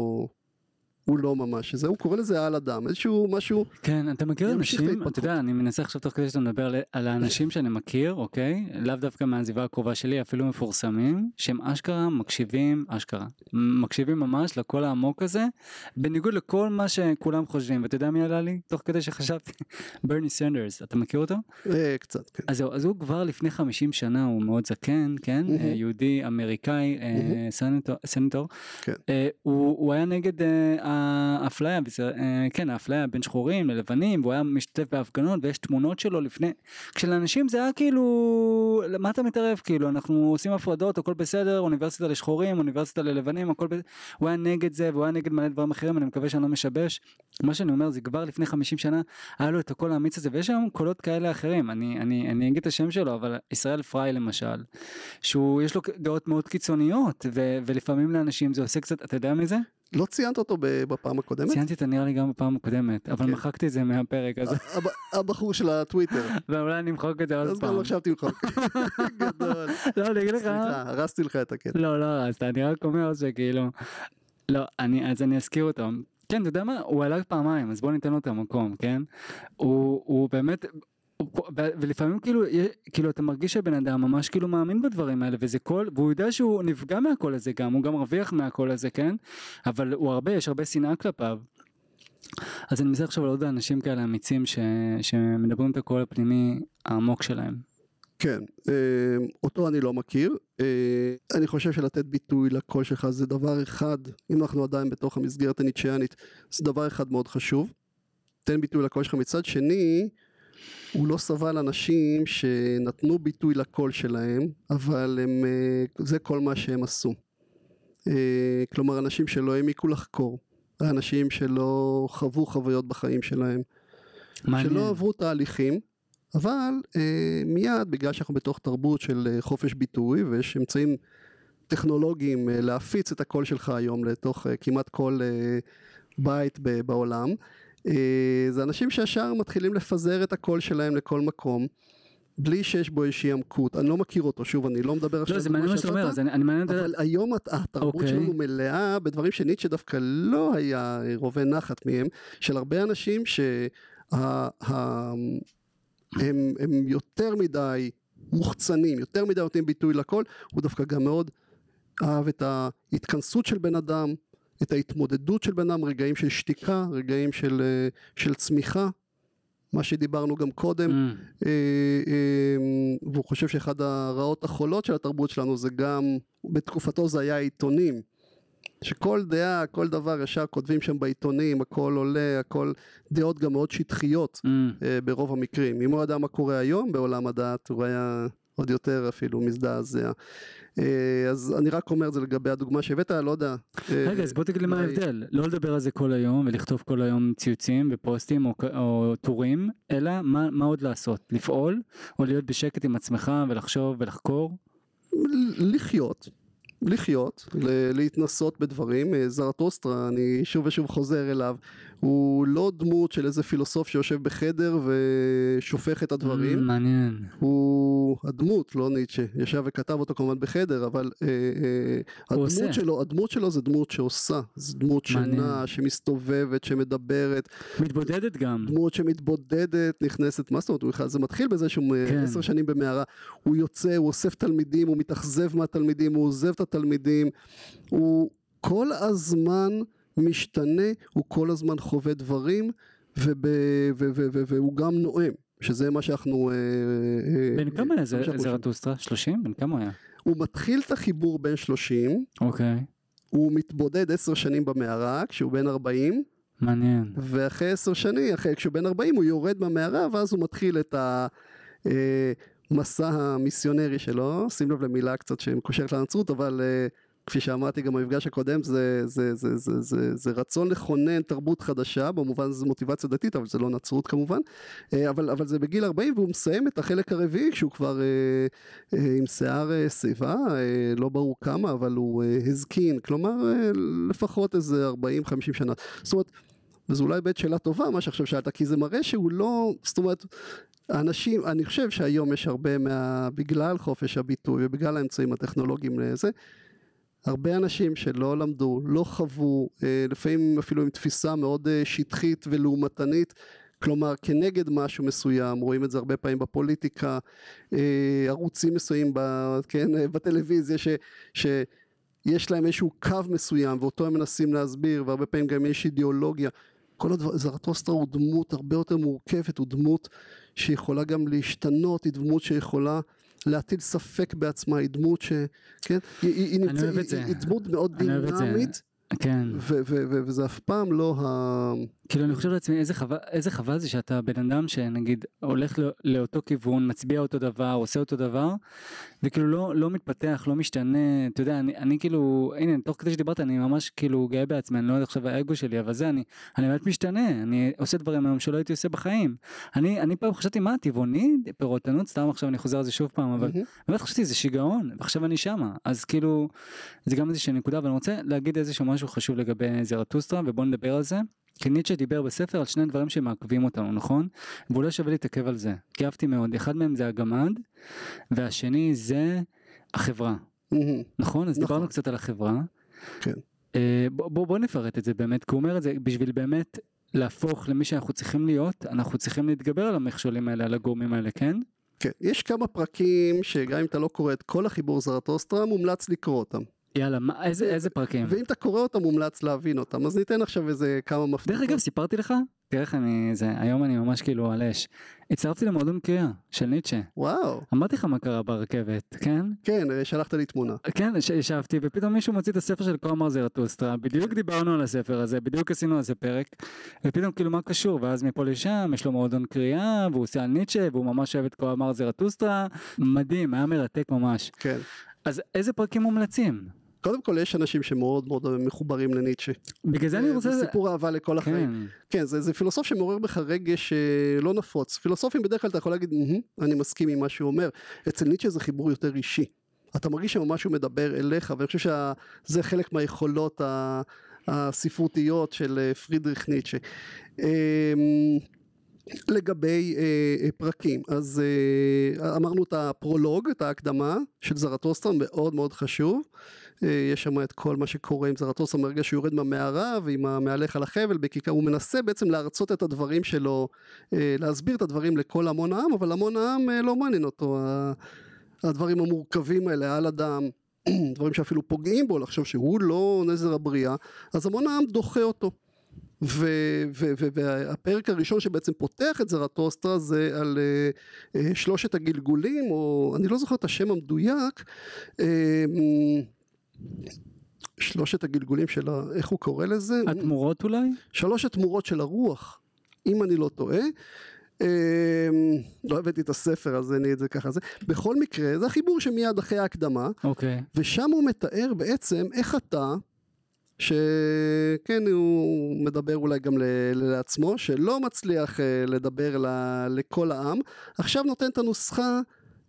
הוא לא ממש, זה הוא קורא לזה על אדם, איזשהו משהו. כן, אתה מכיר אנשים, אתה יודע, אני מנסה עכשיו תוך כדי שאתה מדבר על האנשים שאני מכיר, אוקיי? לאו דווקא מהסביבה הקרובה שלי, אפילו מפורסמים, שהם אשכרה מקשיבים ממש לכל העמוק הזה, בניגוד לכל מה שכולם חושבים, ואתה יודע מי עלה לי? תוך כדי שחשבתי, ברני סנדרס, אתה מכיר אותו? קצת, כן. אז הוא כבר לפני 50 שנה, הוא מאוד זקן, כן? יהודי, אמריקאי, סנטור. הוא היה נגד האפליה, כן, האפליה בין שחורים ללבנים, והוא היה משתתף בהפגנות, ויש תמונות שלו לפני, כשלאנשים זה היה כאילו, מה אתה מתערב? כאילו, אנחנו עושים הפרדות, הכל בסדר, אוניברסיטה לשחורים, אוניברסיטה ללבנים, הכל בסדר, הוא היה נגד זה, והוא היה נגד מלא דברים אחרים, אני מקווה שאני לא משבש, מה שאני אומר, זה כבר לפני 50 שנה, היה לו את הקול האמיץ הזה, ויש היום קולות כאלה אחרים, אני אגיד את השם שלו, אבל ישראל פריי למשל, שהוא, יש לו דעות מאוד קיצוניות, ולפעמים לאנשים זה עושה קצת, אתה יודע מזה? לא ציינת אותו בפעם הקודמת? ציינתי אותו נראה לי גם בפעם הקודמת, אבל מחקתי את זה מהפרק הזה. הבחור של הטוויטר. ואולי אני מחוק את זה עוד פעם. אז גם עכשיו תמחוק. גדול. לא, אני אגיד לך. סליחה, הרסתי לך את הקטע. לא, אז אני רק אומר שכאילו, לא, אז אני אזכיר אותו. כן, אתה יודע מה? הוא עלה פעמיים, אז בוא ניתן לו את המקום, כן? הוא באמת... ולפעמים כאילו אתה מרגיש שהבן אדם ממש כאילו מאמין בדברים האלה, וזה קול, והוא יודע שהוא נפגע מהקול הזה גם, הוא גם מרוויח מהקול הזה, כן? אבל יש הרבה שנאה כלפיו. אז אני מנסה עכשיו על עוד אנשים כאלה אמיצים שמדברים את הקול הפנימי העמוק שלהם. כן, אותו אני לא מכיר. אני חושב שלתת ביטוי לקול שלך זה דבר אחד, אם אנחנו עדיין בתוך המסגרת הניטשיאנית, זה דבר אחד מאוד חשוב. תן ביטוי לקול שלך. מצד שני, הוא לא סבל אנשים שנתנו ביטוי לקול שלהם, אבל זה כל מה שהם עשו. כלומר, אנשים שלא העמיקו לחקור, אנשים שלא חוו חוויות בחיים שלהם, שלא עברו תהליכים, אבל מיד, בגלל שאנחנו בתוך תרבות של חופש ביטוי, ויש אמצעים טכנולוגיים להפיץ את הקול שלך היום לתוך כמעט כל בית בעולם, זה אנשים שישר מתחילים לפזר את הקול שלהם לכל מקום, בלי שיש בו איזושהי עמקות. אני לא מכיר אותו, שוב, אני לא מדבר עכשיו. לא, זה מעניין מה שאתה אומר, אבל היום התרבות שלנו מלאה בדברים שניטשה דווקא לא היה רובה נחת מהם, של הרבה אנשים שהם יותר מדי מוחצנים, יותר מדי נותנים ביטוי לקול, הוא דווקא גם מאוד אהב את ההתכנסות של בן אדם, את ההתמודדות של בן אדם, רגעים של שתיקה, רגעים של צמיחה, מה שדיברנו גם קודם, והוא חושב שאחד הרעות החולות של התרבות שלנו זה גם, בתקופתו זה היה עיתונים, שכל דעה, כל דבר ישר כותבים שם בעיתונים, הכל עולה, הכל דעות גם מאוד שטחיות ברוב המקרים. אם הוא ידע מה קורה היום בעולם הדעת, הוא היה עוד יותר אפילו מזדעזע. אז אני רק אומר את זה לגבי הדוגמה שהבאת, לא יודע. רגע, אז בוא תגיד לי מה ההבדל, לא לדבר על זה כל היום ולכתוב כל היום ציוצים ופוסטים או טורים, אלא מה עוד לעשות, לפעול או להיות בשקט עם עצמך ולחשוב ולחקור? לחיות, להתנסות בדברים. זרטוסטרה, אני שוב ושוב חוזר אליו, הוא לא דמות של איזה פילוסוף שיושב בחדר ושופך את הדברים. מעניין. הוא הדמות, לא ניטשה, ישב וכתב אותו כמובן בחדר, אבל הדמות שלו זה דמות שעושה, זה דמות שנעה, שמסתובבת, שמדברת. מתבודדת גם. דמות שמתבודדת, נכנסת, מה זאת אומרת, זה מתחיל בזה שהוא 10 שנים במערה, הוא יוצא, הוא אוסף תלמידים, הוא מתאכזב מהתלמידים, הוא עוזב את התלמידים, הוא כל הזמן משתנה, הוא כל הזמן חווה דברים, והוא גם נואם, שזה מה שאנחנו... בן כמה היה זרטוסטרה? 30? בן כמה היה? הוא מתחיל את החיבור בין 30, אוקיי. הוא מתבודד 10 שנים במערה, כשהוא בן 40, מעניין. ואחרי 10 שנים, כשהוא בן 40, הוא יורד במערה, ואז הוא מתחיל את המסע המיסיונרי שלו, שים לב למילה קצת שמקושרת לנצרות, אבל כפי שאמרתי גם במפגש הקודם, זה רצון לכונן תרבות חדשה, במובן זה מוטיבציה דתית, אבל זה לא נצרות כמובן, אבל זה בגיל 40, והוא מסיים את החלק הרביעי, כשהוא כבר עם שיער שיבה, לא ברור כמה, אבל הוא הזקין, כלומר לפחות איזה 40-50 שנה. זאת אומרת, וזו אולי בית שאלה טובה, מה שעכשיו שאלת, כי זה מראה שהוא לא, זאת אומרת, האנשים, אני חושב שהיום יש הרבה בגלל חופש הביטוי, ובגלל האמצעים הטכנולוגיים לזה, הרבה אנשים שלא למדו, לא חוו, לפעמים אפילו עם תפיסה מאוד שטחית ולעומתנית, כלומר כנגד משהו מסוים, רואים את זה הרבה פעמים בפוליטיקה, ערוצים מסוימים בטלוויזיה שיש להם איזשהו קו מסוים ואותו הם מנסים להסביר, והרבה פעמים גם יש אידיאולוגיה. כל הדבר, זרטוסטרה הוא דמות הרבה יותר מורכבת, הוא דמות שיכולה גם להשתנות, היא דמות שיכולה להטיל ספק בעצמה, היא דמות כן, היא דמות מאוד דינמית, כן. וזה אף פעם לא כאילו אני חושב לעצמי, איזה חווה זה שאתה בן אדם שנגיד הולך לאותו כיוון, מצביע אותו דבר, עושה אותו דבר, וכאילו לא מתפתח, לא משתנה, אתה יודע, אני כאילו, הנה, תוך כדי שדיברת, אני ממש כאילו גאה בעצמי, אני לא יודע עכשיו האגו שלי, אבל זה, אני באמת משתנה, אני עושה דברים היום שלא הייתי עושה בחיים. אני פעם חשבתי, מה, טבעוני, פירוטנות, סתם עכשיו אני חוזר על זה שוב פעם, אבל באמת חשבתי, זה שיגעון, ועכשיו אני שמה, אז כאילו, זה גם איזושהי נקודה, אבל אני רוצה להגיד איזשהו משהו חשוב לגבי זרטוסטרה, ובוא נדבר על זה. כי ניטשה דיבר בספר על שני דברים שמעכבים אותנו, נכון? ואולי שווה להתעכב על זה, כי אהבתי מאוד. אחד מהם זה הגמד, והשני זה החברה. נכון? אז דיברנו קצת על החברה. כן. בוא נפרט את זה באמת, כי הוא אומר את זה, בשביל באמת להפוך למי שאנחנו צריכים להיות, אנחנו צריכים להתגבר על המכשולים האלה, על הגורמים האלה, כן? כן. יש כמה פרקים שגם אם אתה לא קורא את כל החיבור זרטוסטרה, מומלץ לקרוא אותם. יאללה, איזה פרקים? ואם אתה קורא אותם, מומלץ להבין אותם, אז ניתן עכשיו איזה כמה מפתחות. דרך אגב, סיפרתי לך? תראה איך היום אני ממש כאילו על אש. הצטרפתי למועדון קריאה של ניטשה. וואו. אמרתי לך מה קרה ברכבת, כן? כן, שלחת לי תמונה. כן, ישבתי, ופתאום מישהו מוציא את הספר של כה אמר זרטוסטרה, בדיוק דיברנו על הספר הזה, בדיוק עשינו על זה פרק, ופתאום כאילו מה קשור, ואז מפה לשם, יש לו מועדון קריאה, והוא עושה על ניטשה, והוא ממש אוהב את כה אמר זרטוסטרה, מדהים, היה מרתק ממש. כן. אז איזה פרקים מומלצים? קודם כל יש אנשים שמאוד מאוד מחוברים לניטשה. בגלל זה אני רוצה... זה סיפור אהבה לכל החיים. כן, זה פילוסוף שמעורר בך רגש לא נפוץ. פילוסופים בדרך כלל אתה יכול להגיד, אני מסכים עם מה שהוא אומר. אצל ניטשה זה חיבור יותר אישי. אתה מרגיש שממש הוא מדבר אליך, ואני חושב שזה חלק מהיכולות הספרותיות של פרידריך ניטשה. לגבי פרקים, אז אמרנו את הפרולוג, את ההקדמה של זרטוסטרה, מאוד מאוד חשוב. יש שם את כל מה שקורה עם זרטוסטרה מרגע שהוא יורד מהמערה ועם המהלך על החבל בכיכר, הוא מנסה בעצם להרצות את הדברים שלו, להסביר את הדברים לכל המון העם, אבל המון העם לא מעניין אותו, הדברים המורכבים האלה על אדם, דברים שאפילו פוגעים בו, לחשוב שהוא לא נזר הבריאה, אז המון העם דוחה אותו. והפרק הראשון שבעצם פותח את זרטוסטרה זה על שלושת הגלגולים, או אני לא זוכר את השם המדויק, שלושת הגלגולים של איך הוא קורא לזה? התמורות אולי? 3 התמורות של הרוח, אם אני לא טועה. לא הבאתי את הספר, אז אני את זה ככה. בכל מקרה, זה החיבור שמיד אחרי ההקדמה, ושם הוא מתאר בעצם איך אתה, שכן הוא מדבר אולי גם לעצמו, שלא מצליח לדבר לכל העם, עכשיו נותן את הנוסחה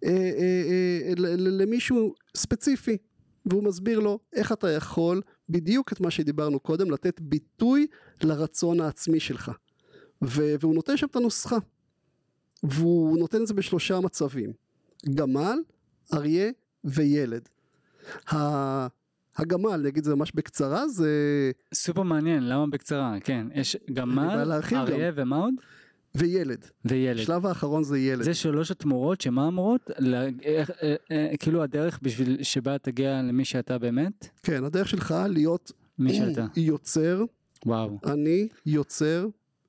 למישהו ספציפי, והוא מסביר לו איך אתה יכול בדיוק את מה שדיברנו קודם, לתת ביטוי לרצון העצמי שלך. והוא נותן שם את הנוסחה, והוא נותן את זה בשלושה מצבים, גמל, אריה וילד. הגמל, נגיד את זה ממש בקצרה, זה... סופר מעניין, למה בקצרה? כן, יש גמל, אריה ומה עוד? וילד. שלב האחרון זה ילד. זה שלוש התמורות, שמה אמורות? כאילו הדרך בשביל שבה תגיע למי שאתה באמת? כן, הדרך שלך להיות מי שאתה. יוצר. וואו. אני יוצר,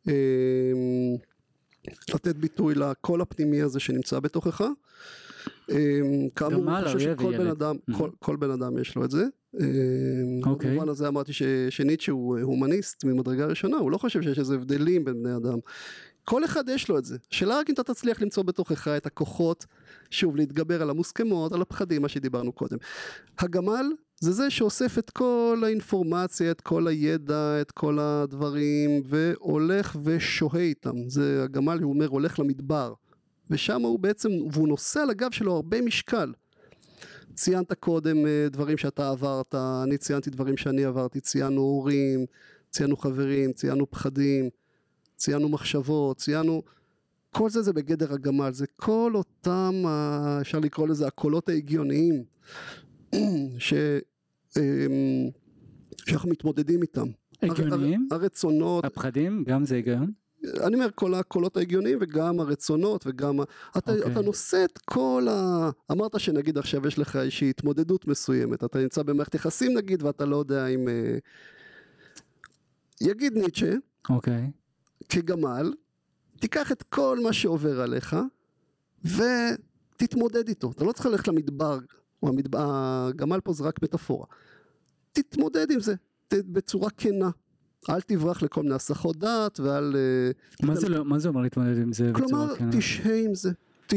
לתת ביטוי לקול הפנימי הזה שנמצא בתוכך. כאמור, אני חושב שכל בן אדם, כל בן אדם יש לו את זה. במובן הזה אמרתי שניטשה הוא הומניסט ממדרגה ראשונה, הוא לא חושב שיש איזה הבדלים בין בני אדם. כל אחד יש לו את זה. שאלה רק אם אתה תצליח למצוא בתוכך את הכוחות, שוב, להתגבר על המוסכמות, על הפחדים, מה שדיברנו קודם. הגמל זה שאוסף את כל האינפורמציה, את כל הידע, את כל הדברים, והולך ושוהה איתם. זה הגמל, הוא אומר, הולך למדבר. ושם הוא בעצם, והוא נושא על הגב שלו הרבה משקל. ציינת קודם דברים שאתה עברת, אני ציינתי דברים שאני עברתי, ציינו הורים, ציינו חברים, ציינו פחדים, ציינו מחשבות, ציינו, כל זה בגדר הגמל, זה כל אותם, אפשר לקרוא לזה הקולות ההגיוניים, שאנחנו מתמודדים איתם. הגיוניים? הרצונות. הפחדים, גם זה היגיון? אני אומר, כל הקולות ההגיוניים וגם הרצונות וגם, אתה נושא את כל אמרת שנגיד עכשיו יש לך איזושהי התמודדות מסוימת, אתה נמצא במערכת יחסים נגיד ואתה לא יודע אם, יגיד ניטשה, כגמל, תיקח את כל מה שעובר עליך ותתמודד איתו, אתה לא צריך ללכת למדבר, הגמל פה זה רק מטאפורה, תתמודד עם זה בצורה כנה, אל תברח לכל מיני הסחות דעת ועל... מה זה אומר להתמודד עם זה? כלומר, תשהה עם זה,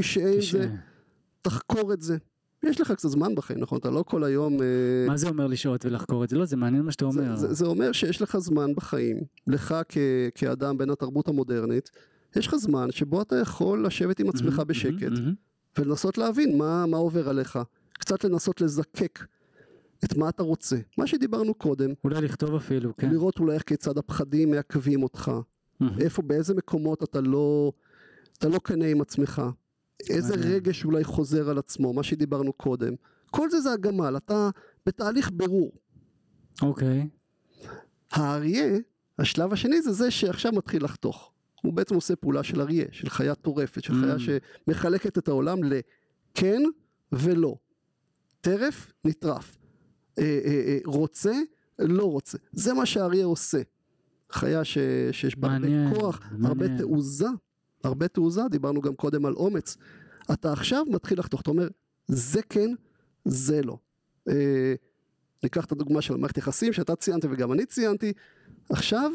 תחקור את זה. יש לך קצת זמן בחיים, נכון? אתה לא כל היום... מה זה אומר לשעות ולחקור את זה? לא, זה מעניין מה שאתה אומר. זה אומר שיש לך זמן בחיים, לך כאדם בין התרבות המודרנית, יש לך זמן שבו אתה יכול לשבת עם עצמך בשקט, ולנסות להבין מה עובר עליך. קצת לנסות לזקק את מה אתה רוצה, מה שדיברנו קודם. אולי לכתוב אפילו, כן. לראות אולי איך כיצד הפחדים מעכבים אותך, איפה, באיזה מקומות אתה לא קנה עם עצמך, איזה רגש אולי חוזר על עצמו, מה שדיברנו קודם. כל זה הגמל, אתה בתהליך ברור. אוקיי. האריה, השלב השני זה שעכשיו מתחיל לחתוך. הוא בעצם עושה פעולה של אריה, של חיה טורפת, של חיה שמחלקת את העולם לכן ולא. טרף, נטרף. רוצה, לא רוצה. זה מה שהאריה עושה. חיה שיש בה הרבה כוח, הרבה תעוזה, דיברנו גם קודם על אומץ. אתה עכשיו מתחיל לחתוך, אתה אומר, זה כן, זה לא. ניקח את הדוגמה של מערכת יחסים, שאתה ציינת וגם אני ציינתי, עכשיו,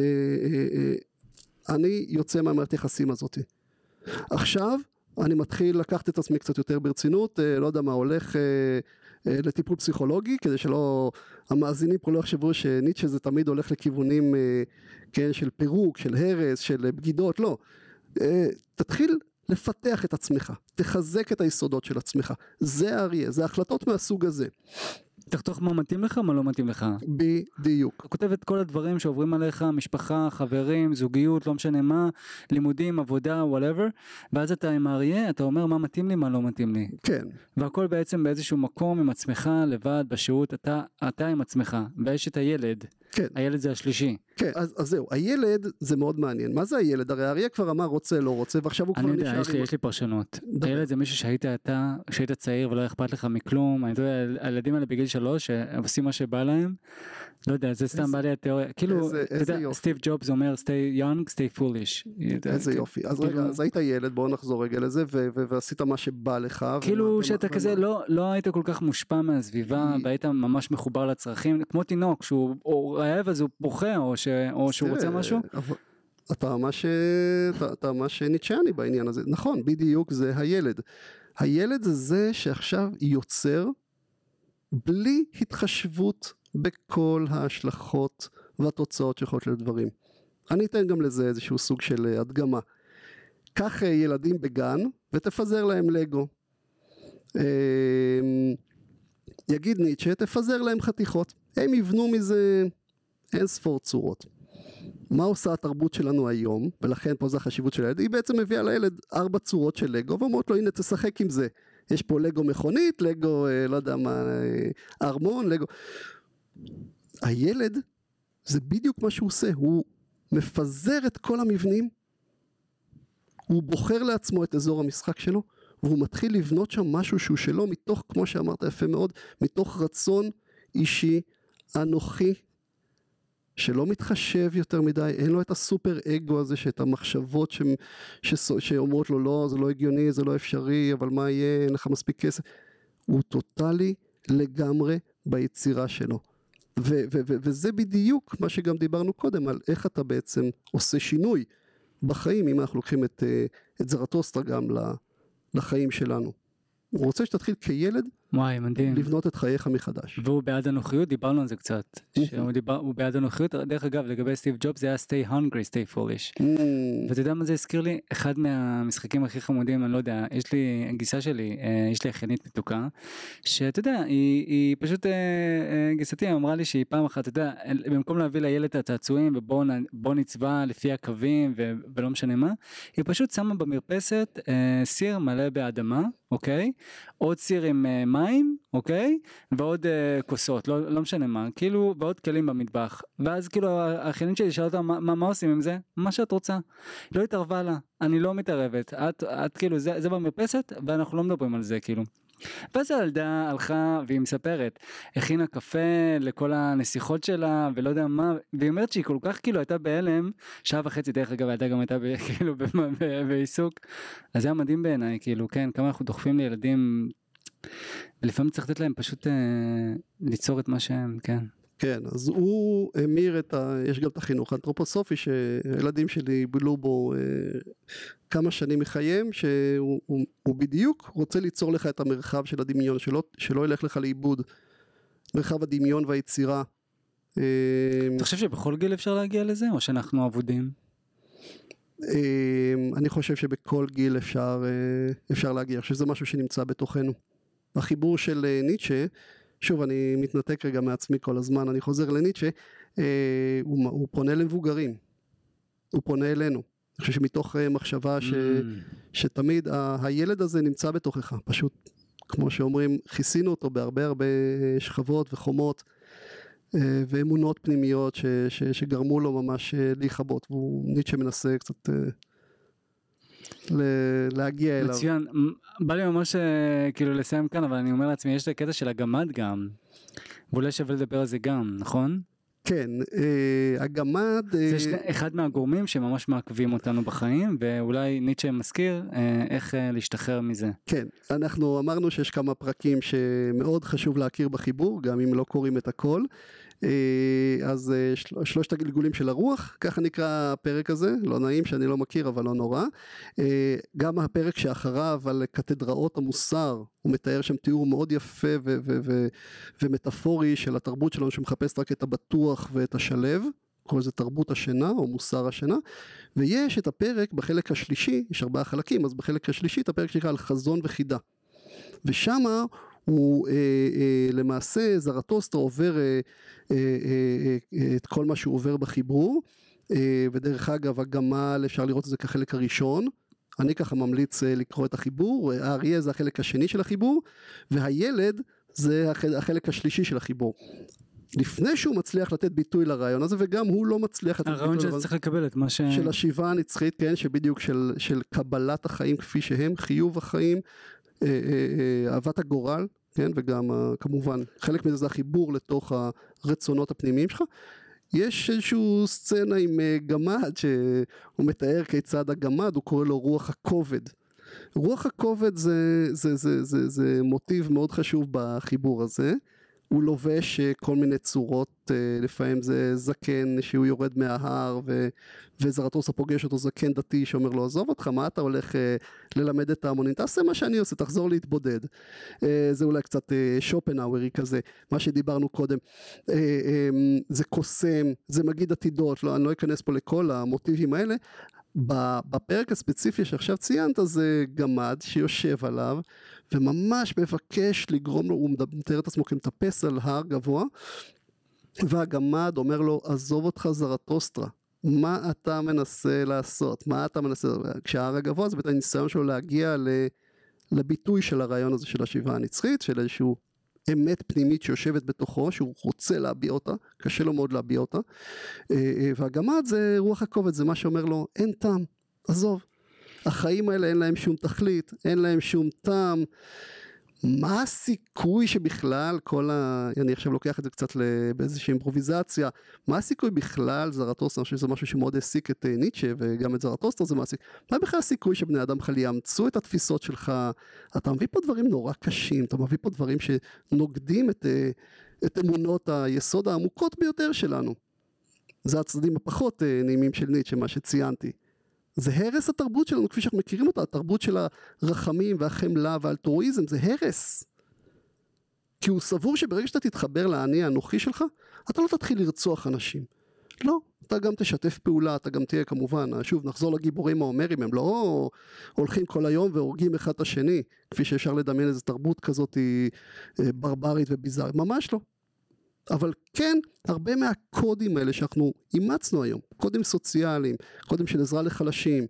אני יוצא מהמערכת יחסים הזאת. עכשיו, אני מתחיל לקחת את עצמי קצת יותר ברצינות, לא יודע מה, הולך לטיפול פסיכולוגי, כדי שלא, המאזינים פה לא יחשבו שניטשה זה תמיד הולך לכיוונים, כן, של פירוק, של הרס, של בגידות, לא. תתחיל לפתח את עצמך, תחזק את היסודות של עצמך. זה האריה, זה החלטות מהסוג הזה. תחתוך מה מתאים לך, מה לא מתאים לך. בדיוק. אתה כותב את כל הדברים שעוברים עליך, משפחה, חברים, זוגיות, לא משנה מה, לימודים, עבודה, whatever, ואז אתה עם האריה, אתה אומר מה מתאים לי, מה לא מתאים לי. כן. והכל בעצם באיזשהו מקום עם עצמך, לבד, בשירות, אתה עם עצמך, ויש את הילד. כן. הילד זה השלישי. כן, אז זהו, הילד זה מאוד מעניין. מה זה הילד? הרי האריה כבר אמר רוצה, לא רוצה, ועכשיו הוא כבר נשאר... אני יודע, יש לי פרשנות. הילד זה מישהו שהיית צעיר ולא אכפת לך מכלום. אני יודע, הילדים האלה בגיל 3, שעושים מה שבא להם, לא יודע, זה סתם בא לי התיאוריה. כאילו, אתה יודע, סטיב ג'ובס אומר, stay young, stay foolish. איזה יופי. אז רגע, אז היית ילד, בואו נחזור רגע לזה, ועשית מה שבא לך. כאילו שאתה כזה, לא היית כל כך מושפע מהסביבה, והיית ממש מחובר לצרכים, כמו תינוק, שהוא רעב אז הוא בוכה, או שהוא רוצה משהו. אתה ממש ניטשיאני בעניין הזה. נכון, בדיוק זה הילד. הילד זה שעכשיו יוצר בלי התחשבות בכל ההשלכות והתוצאות שיכולות להיות דברים. אני אתן גם לזה איזשהו סוג של הדגמה. קח ילדים בגן ותפזר להם לגו. יגיד ניטשה, תפזר להם חתיכות. הם יבנו מזה אין ספור צורות. מה עושה התרבות שלנו היום, ולכן פה זה החשיבות של הילד, היא בעצם מביאה לילד 4 צורות של לגו, ואומרת לו, הנה תשחק עם זה. יש פה לגו מכונית, לגו, לא יודע מה, ארמון, לגו. הילד, זה בדיוק מה שהוא עושה, הוא מפזר את כל המבנים, הוא בוחר לעצמו את אזור המשחק שלו, והוא מתחיל לבנות שם משהו שהוא שלו, מתוך, כמו שאמרת יפה מאוד, מתוך רצון אישי, אנוכי, שלא מתחשב יותר מדי, אין לו את הסופר אגו הזה, שאת המחשבות שאומרות לו לא, זה לא הגיוני, זה לא אפשרי, אבל מה יהיה, אין לך מספיק כסף. הוא טוטלי לגמרי ביצירה שלו. וזה בדיוק מה שגם דיברנו קודם, על איך אתה בעצם עושה שינוי בחיים, אם אנחנו לוקחים את זרטוסטרה גם לחיים שלנו. הוא רוצה שתתחיל כילד, וואי, מדהים. לבנות את חייך מחדש. והוא בעד הנוחיות, דיברנו על זה קצת. הוא בעד הנוחיות, דרך אגב, לגבי סטיב ג'ובס, זה היה stay hungry, stay foolish. ואתה יודע מה זה הזכיר לי? אחד מהמשחקים הכי חמודים, אני לא יודע, יש לי, גיסה שלי, יש לי אחיינית מתוקה, שאתה יודע, היא פשוט, גיסתי אמרה לי שהיא פעם אחת, אתה יודע, במקום להביא לילד את הצעצועים, ובוא נצבע לפי הקווים, ולא משנה מה, היא פשוט שמה במרפסת סיר מלא באדמה, אוקיי? עוד סיר עם מים, אוקיי? ועוד כוסות, לא משנה מה, כאילו, ועוד כלים במטבח. ואז כאילו האחיינית שלי שאלה אותה, מה עושים עם זה? מה שאת רוצה. לא התערבה לה, אני לא מתערבת. את כאילו, זה במרפסת, ואנחנו לא מדברים על זה, כאילו. ואז הילדה הלכה, והיא מספרת, הכינה קפה לכל הנסיכות שלה, ולא יודע מה, והיא אומרת שהיא כל כך כאילו הייתה בהלם, 1.5 שעה, דרך אגב, הילדה גם הייתה כאילו בעיסוק, אז זה היה מדהים בעיניי, כאילו, כן, כמה אנחנו דוחפים לילדים, ולפעמים צריך לתת להם פשוט ליצור את מה שהם, כן. כן, אז הוא אמיר יש גם את החינוך האנתרופוסופי, שהילדים שלי בילו בו כמה שנים מחייהם, שהוא בדיוק רוצה ליצור לך את המרחב של הדמיון, שלא ילך לך לאיבוד, מרחב הדמיון והיצירה. אתה חושב שבכל גיל אפשר להגיע לזה, או שאנחנו עבודים? אני חושב שבכל גיל אפשר להגיע, אני חושב שזה משהו שנמצא בתוכנו. החיבור של ניטשה, שוב, אני מתנתק רגע מעצמי כל הזמן, אני חוזר לניטשה, הוא פונה למבוגרים, הוא פונה אלינו. אני חושב שמתוך מחשבה שתמיד הילד הזה נמצא בתוכך, פשוט, כמו שאומרים, כיסינו אותו בהרבה שכבות וחומות, ואמונות פנימיות שגרמו לו ממש להיכבות, וניטשה מנסה קצת להגיע אליו. מצוין, בא לי ממש כאילו לסיים כאן, אבל אני אומר לעצמי, יש את הקטע של הגמד גם, ואולי שווה לדבר על זה גם, נכון? כן, הגמד... זה אחד מהגורמים שממש מעכבים אותנו בחיים, ואולי ניטשה מזכיר איך להשתחרר מזה. כן, אנחנו אמרנו שיש כמה פרקים שמאוד חשוב להכיר בחיבור, גם אם לא קוראים את הכל. אז 3 הגלגולים של הרוח, ככה נקרא הפרק הזה, לא נעים שאני לא מכיר אבל לא נורא. גם הפרק שאחריו על קתדראות המוסר, הוא מתאר שם תיאור מאוד יפה ומטאפורי של התרבות שלנו שמחפש רק את הבטוח ואת השלב, קורא לזה תרבות השינה או מוסר השינה, ויש את הפרק בחלק השלישי, יש 4 חלקים, אז בחלק השלישי את הפרק שנקרא על חזון וחידה, ושמה הוא למעשה זרטוסטרה עובר את כל מה שהוא עובר בחיבור, ודרך אגב הגמל אפשר לראות את זה כחלק הראשון, אני ככה ממליץ לקרוא את החיבור, האריה זה החלק השני של החיבור, והילד זה החלק השלישי של החיבור. לפני שהוא מצליח לתת ביטוי לרעיון הזה, וגם הוא לא מצליח לתת ביטוי הרעיון שצריך לקבל את מה של השיבה הנצחית, כן, שבדיוק של קבלת החיים כפי שהם, חיוב החיים, אהבת הגורל, כן, וגם כמובן חלק מזה זה החיבור לתוך הרצונות הפנימיים שלך. יש איזשהו סצנה עם גמד שהוא מתאר כיצד הגמד, הוא קורא לו רוח הכובד. רוח הכובד זה מוטיב מאוד חשוב בחיבור הזה. הוא לובש כל מיני צורות, לפעמים זה זקן שהוא יורד מההר וזרטוסטרה פוגש אותו זקן דתי שאומר לו עזוב אותך, מה אתה הולך ללמד את ההמונים, תעשה מה שאני עושה, תחזור להתבודד. זה אולי קצת שופנהאורי כזה, מה שדיברנו קודם. זה קוסם, זה מגיד עתידות, אני לא אכנס פה לכל המוטיבים האלה. בפרק הספציפי שעכשיו ציינת זה גמד שיושב עליו וממש מבקש לגרום לו, הוא מתאר את עצמו כמטפס על הר גבוה, והגמד אומר לו עזוב אותך זרטוסטרה, מה אתה מנסה לעשות, מה אתה מנסה, כשההר הגבוה זה בעצם הניסיון שלו להגיע לביטוי של הרעיון הזה של השיבה הנצחית, של איזשהו אמת פנימית שיושבת בתוכו, שהוא רוצה להביע אותה, קשה לו מאוד להביע אותה, והגמד זה רוח הכובד, זה מה שאומר לו, אין טעם, עזוב, החיים האלה אין להם שום תכלית, אין להם שום טעם, מה הסיכוי שבכלל, אני עכשיו לוקח את זה קצת באיזושהי אימפרוביזציה, מה הסיכוי בכלל, זרטוסטרה, אני חושב שזה משהו שמאוד העסיק את ניטשה, וגם את זרטוסטרה זה מעסיק, מה בכלל הסיכוי שבני אדם בכלל יאמצו את התפיסות שלך, אתה מביא פה דברים נורא קשים, אתה מביא פה דברים שנוגדים את אמונות היסוד העמוקות ביותר שלנו, זה הצדדים הפחות נעימים של ניטשה, מה שציינתי, זה הרס התרבות שלנו, כפי שאנחנו מכירים אותה, התרבות של הרחמים והחמלה והאלטרואיזם, זה הרס. כי הוא סבור שברגע שאתה תתחבר לעני האנוכי שלך, אתה לא תתחיל לרצוח אנשים. לא, אתה גם תשתף פעולה, אתה גם תהיה כמובן, שוב, נחזור לגיבורים האומרים, הם לא הולכים כל היום והורגים אחד את השני, כפי שאפשר לדמיין איזו תרבות כזאת ברברית וביזארית, ממש לא. אבל כן, הרבה מהקודים האלה שאנחנו אימצנו היום, קודים סוציאליים, קודים של עזרה לחלשים,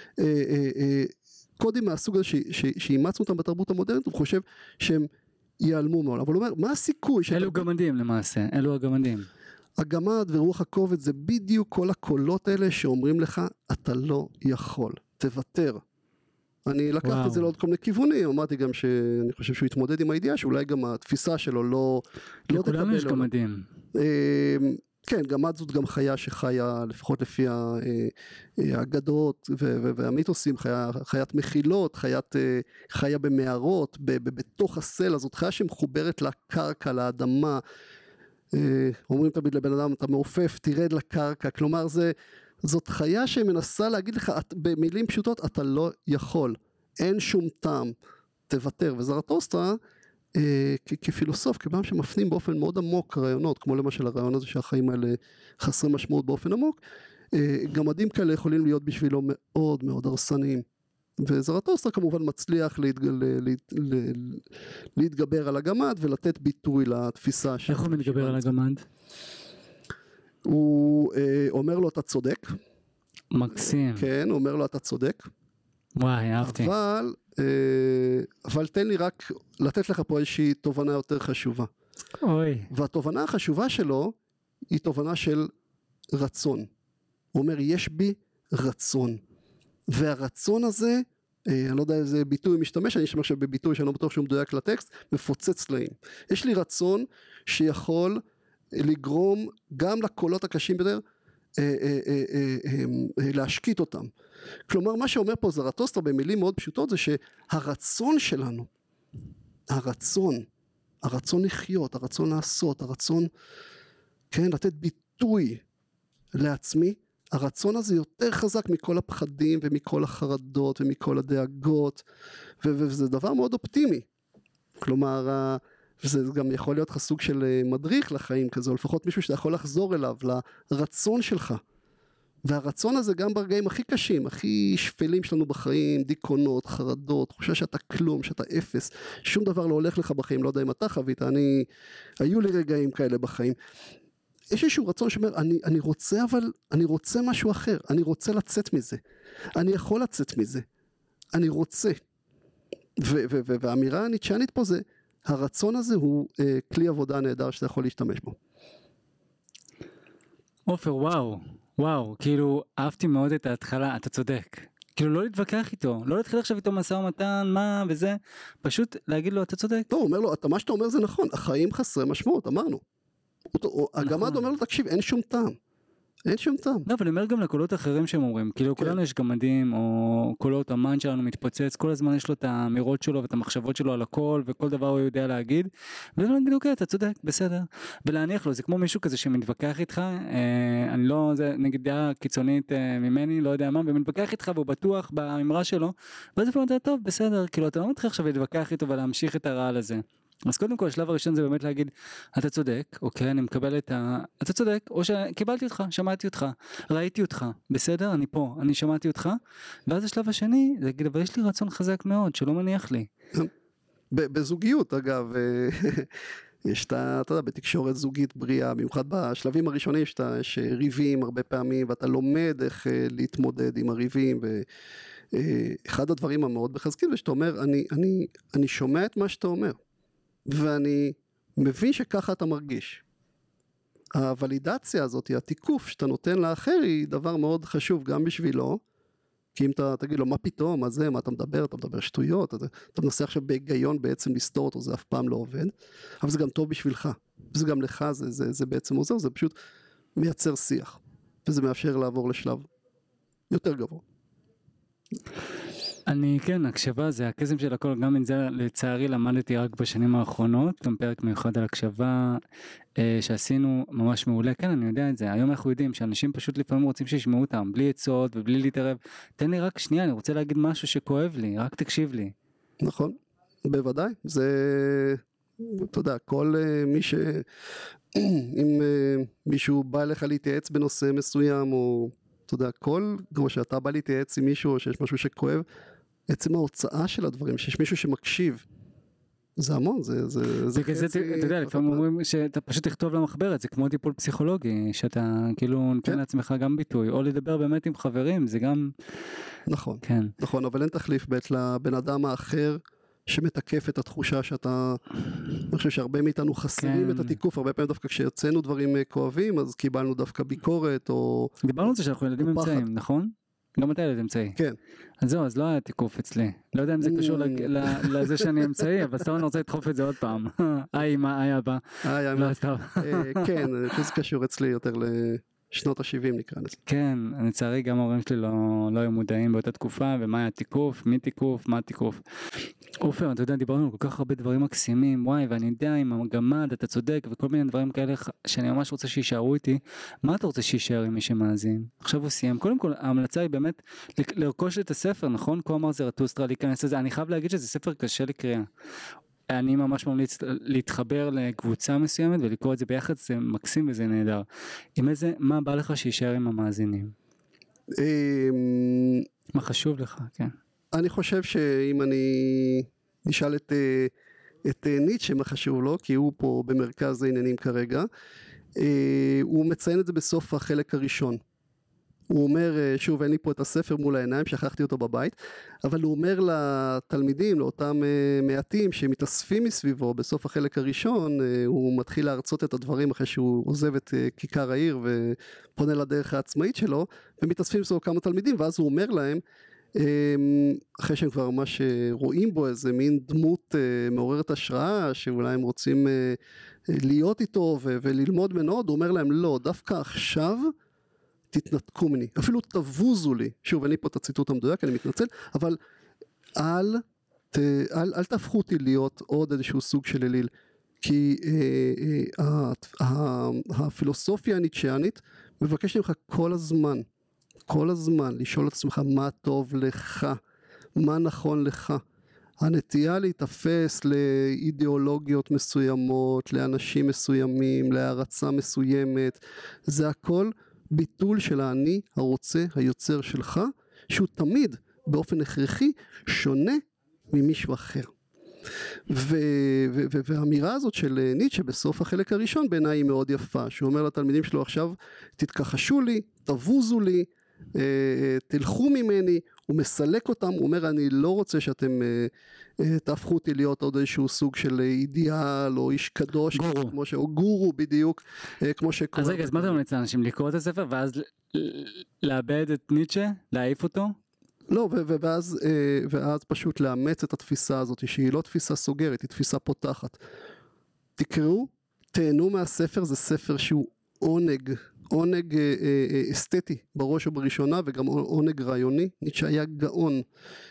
קודים מהסוג הזה שאימצנו אותם בתרבות המודרנית, הוא חושב שהם ייעלמו מעולם. אבל הוא אומר, מה הסיכוי? אלו גמדים למעשה, אלו הגמדים. הגמד ורוח הכובד זה בדיוק כל הקולות האלה שאומרים לך, אתה לא יכול, תוותר. אני לקחתי את זה לעוד כל מיני כיוונים, אמרתי גם שאני חושב שהוא יתמודד עם הידיעה, שאולי גם התפיסה שלו לא תקבל. לכולנו יש גמדים. כן, גמד זאת גם חיה שחיה, לפחות לפי האגדות והמיתוסים, חיית מחילות, חיה במערות, בתוך הסלע, זאת חיה שמחוברת לקרקע, לאדמה, אומרים תמיד לבן אדם, אתה מעופף, תרד לקרקע, כלומר זאת חיה שמנסה להגיד לך, במילים פשוטות, אתה לא יכול, אין שום טעם, תוותר. וזרטוסטרה, כפילוסוף, כבן שמפנים באופן מאוד עמוק רעיונות, כמו למשל הרעיון הזה שהחיים האלה חסרי משמעות באופן עמוק, גמדים כאלה יכולים להיות בשבילו מאוד מאוד הרסניים. וזרטוסטרה כמובן מצליח להתגבר על הגמד ולתת ביטוי לתפיסה. איך הוא מתגבר על הגמד? הוא אומר לו אתה צודק. מקסים. כן, הוא אומר לו אתה צודק. וואי, אהבתי. אבל תן לי רק לתת לך פה איזושהי תובנה יותר חשובה. אוי. והתובנה החשובה שלו היא תובנה של רצון. הוא אומר יש בי רצון. והרצון הזה, אני לא יודע איזה ביטוי משתמש, אני אשתמש בביטוי שאני לא בטוח שהוא מדויק לטקסט, מפוצץ סלעים. יש לי רצון שיכול לגרום גם לקולות הקשים ביותר, להשקיט אותם. כלומר, מה שאומר פה זרטוסטרה במילים מאוד פשוטות, זה שהרצון שלנו, הרצון לחיות, הרצון לעשות, הרצון, כן, לתת ביטוי לעצמי, הרצון הזה יותר חזק מכל הפחדים ומכל החרדות ומכל הדאגות, וזה דבר מאוד אופטימי. כלומר, וזה גם יכול להיות לך סוג של מדריך לחיים כזה, או לפחות מישהו שאתה יכול לחזור אליו, לרצון שלך. והרצון הזה גם ברגעים הכי קשים, הכי שפלים שלנו בחיים, דיכאונות, חרדות, תחושה שאתה כלום, שאתה אפס, שום דבר לא הולך לך בחיים, לא יודע אם אתה חווית, היו לי רגעים כאלה בחיים. יש איזשהו רצון שאומר, אני רוצה, אבל אני רוצה משהו אחר, אני רוצה לצאת מזה, אני יכול לצאת מזה, אני רוצה. והאמירה הניטשיאנית פה זה, הרצון הזה הוא כלי עבודה נהדר שאתה יכול להשתמש בו. עופר, וואו, כאילו אהבתי מאוד את ההתחלה, אתה צודק. כאילו לא להתווכח איתו, לא להתחיל עכשיו איתו משא ומתן, מה וזה, פשוט להגיד לו אתה צודק. לא, הוא אומר לו, מה שאתה אומר זה נכון, החיים חסרי משמעות, אמרנו. הגמד אומר לו, תקשיב, אין שום טעם. אין שום טעם. לא, אבל אני אומר גם לקולות אחרים שהם אומרים, כאילו כולנו יש גמדים, או קולות, המיינד שלנו מתפוצץ, כל הזמן יש לו את האמירות שלו ואת המחשבות שלו על הכל, וכל דבר הוא יודע להגיד, ולא להגיד, אוקיי, אתה צודק, בסדר, ולהניח לו, זה כמו מישהו כזה שמתווכח איתך, אני לא, זה נגיד דעה קיצונית ממני, לא יודע מה, ומתווכח איתך והוא בטוח באמרה שלו, ואז לפעמים אתה טוב, בסדר, כאילו אתה לא מתחיל עכשיו להתווכח איתו ולהמשיך את הרעל הזה. אז קודם כל, השלב הראשון זה באמת להגיד, אתה צודק, אוקיי, אני מקבל אתה צודק, או שקיבלתי אותך, שמעתי אותך, ראיתי אותך, בסדר, אני פה, אני שמעתי אותך, ואז השלב השני, זה להגיד, אבל יש לי רצון חזק מאוד, שלא מניח לי. בזוגיות, אגב, יש אתה יודע, בתקשורת זוגית בריאה, במיוחד בשלבים הראשונים, יש ריבים הרבה פעמים, ואתה לומד איך להתמודד עם הריבים, ואחד הדברים המאוד מחזקים, זה שאתה אומר, אני שומע את מה שאתה אומר. ואני מבין שככה אתה מרגיש. הוולידציה הזאת, התיקוף שאתה נותן לאחר, היא דבר מאוד חשוב גם בשבילו, כי אם אתה תגיד לו, מה פתאום, מה זה, מה אתה מדבר שטויות, אתה מנסה עכשיו בהיגיון בעצם לסתור אותו, זה אף פעם לא עובד, אבל זה גם טוב בשבילך, זה גם לך, זה בעצם עוזר, זה פשוט מייצר שיח, וזה מאפשר לעבור לשלב יותר גבוה. כן, הקשבה זה הקסם של הכל, גם את זה לצערי למדתי רק בשנים האחרונות, גם פרק מיוחד על הקשבה שעשינו ממש מעולה, כן אני יודע את זה, היום אנחנו יודעים שאנשים פשוט לפעמים רוצים שישמעו אותם, בלי עצות ובלי להתערב, תן לי רק שנייה, אני רוצה להגיד משהו שכואב לי, רק תקשיב לי. נכון, בוודאי, זה, אתה יודע, כל אם מישהו בא לך להתייעץ בנושא מסוים, או אתה יודע, כמו שאתה בא להתייעץ עם מישהו, או שיש משהו שכואב, עצם ההוצאה של הדברים, שיש מישהו שמקשיב, זה המון, זה חצי... אתה יודע, לפעמים אומרים שאתה פשוט תכתוב למחברת, זה כמו טיפול פסיכולוגי, שאתה כאילו נותן לעצמך גם ביטוי, או לדבר באמת עם חברים, זה גם... נכון, כן. נכון, אבל אין תחליף בית לבן אדם האחר, שמתקף את התחושה שאתה, אני חושב שהרבה מאיתנו חסרים את התיקוף, הרבה פעמים דווקא כשיוצאנו דברים כואבים, אז קיבלנו דווקא ביקורת, או... דיברנו על זה שאנחנו ילדים אמצעים, נכון? גם אתה ילד אמצעי. כן. אז זהו, אז לא היה תיקוף אצלי. לא יודע אם זה קשור לזה שאני אמצעי, אבל סתם אני רוצה לדחוף את זה עוד פעם. היי אבא. לא סתם. כן, זה קשור אצלי יותר לשנות ה-70 נקרא לזה. כן, לצערי גם ההורים שלי לא היו מודעים באותה תקופה, ומה היה תיקוף, מי תיקוף, מה תיקוף. עופר, אתה יודע, דיברנו על כל כך הרבה דברים מקסימים, וואי, ואני יודע עם הגמד, אתה צודק, וכל מיני דברים כאלה שאני ממש רוצה שישארו איתי. מה אתה רוצה שישאר עם מי שמאזין? עכשיו הוא סיים. קודם כל, ההמלצה היא באמת לרכוש את הספר, נכון? כה אמר זרטוסטרה להיכנס לזה. אני חייב להגיד שזה ספר קשה לקריאה. אני ממש ממליץ להתחבר לקבוצה מסוימת ולקרוא את זה ביחד, זה מקסים וזה נהדר. מה בא לך שישאר עם המאזינים? מה חשוב לך, כן. אני חושב שאם אני נשאל את ניטשה מה חשוב לו, כי הוא פה במרכז העניינים כרגע, הוא מציין את זה בסוף החלק הראשון. הוא אומר, שוב, אין לי פה את הספר מול העיניים, שכחתי אותו בבית, אבל הוא אומר לתלמידים, לאותם מעטים שמתאספים מסביבו בסוף החלק הראשון, הוא מתחיל להרצות את הדברים אחרי שהוא עוזב את כיכר העיר ופונה לדרך העצמאית שלו, ומתאספים מסביבו כמה תלמידים, ואז הוא אומר להם, אחרי שהם כבר ממש רואים בו איזה מין דמות מעוררת השראה, שאולי הם רוצים להיות איתו וללמוד ממנו, הוא אומר להם, לא, דווקא עכשיו תתנתקו ממני, אפילו תבוזו לי, שוב אין לי פה את הציטוט המדויק, אני מתנצל, אבל אל תהפכו אותי להיות עוד איזשהו סוג של אליל, כי הפילוסופיה הניטשיאנית מבקשת ממך כל הזמן לשאול את עצמך מה טוב לך, מה נכון לך. הנטייה להתאפס לאידיאולוגיות מסוימות, לאנשים מסוימים, להערצה מסוימת, זה הכל ביטול של האני הרוצה היוצר שלך, שהוא תמיד באופן הכרחי שונה ממישהו אחר. והאמירה הזאת של ניטשה בסוף החלק הראשון בעיניי היא מאוד יפה, שהוא אומר לתלמידים שלו עכשיו תתכחשו לי, תבוזו לי, תלכו ממני, הוא מסלק אותם, הוא אומר אני לא רוצה שאתם תהפכו אותי להיות עוד איזשהו סוג של אידיאל או איש קדוש, או גורו בדיוק, כמו שקורה. אז רגע, אז מה אתה ממליץ לאנשים? לקרוא את הספר ואז לאבד את ניטשה? להעיף אותו? לא, ואז פשוט לאמץ את התפיסה הזאת, שהיא לא תפיסה סוגרת, היא תפיסה פותחת. תקראו, תהנו מהספר, זה ספר שהוא עונג אסתטי בראש ובראשונה, וגם עונג רעיוני. ניטשה היה גאון,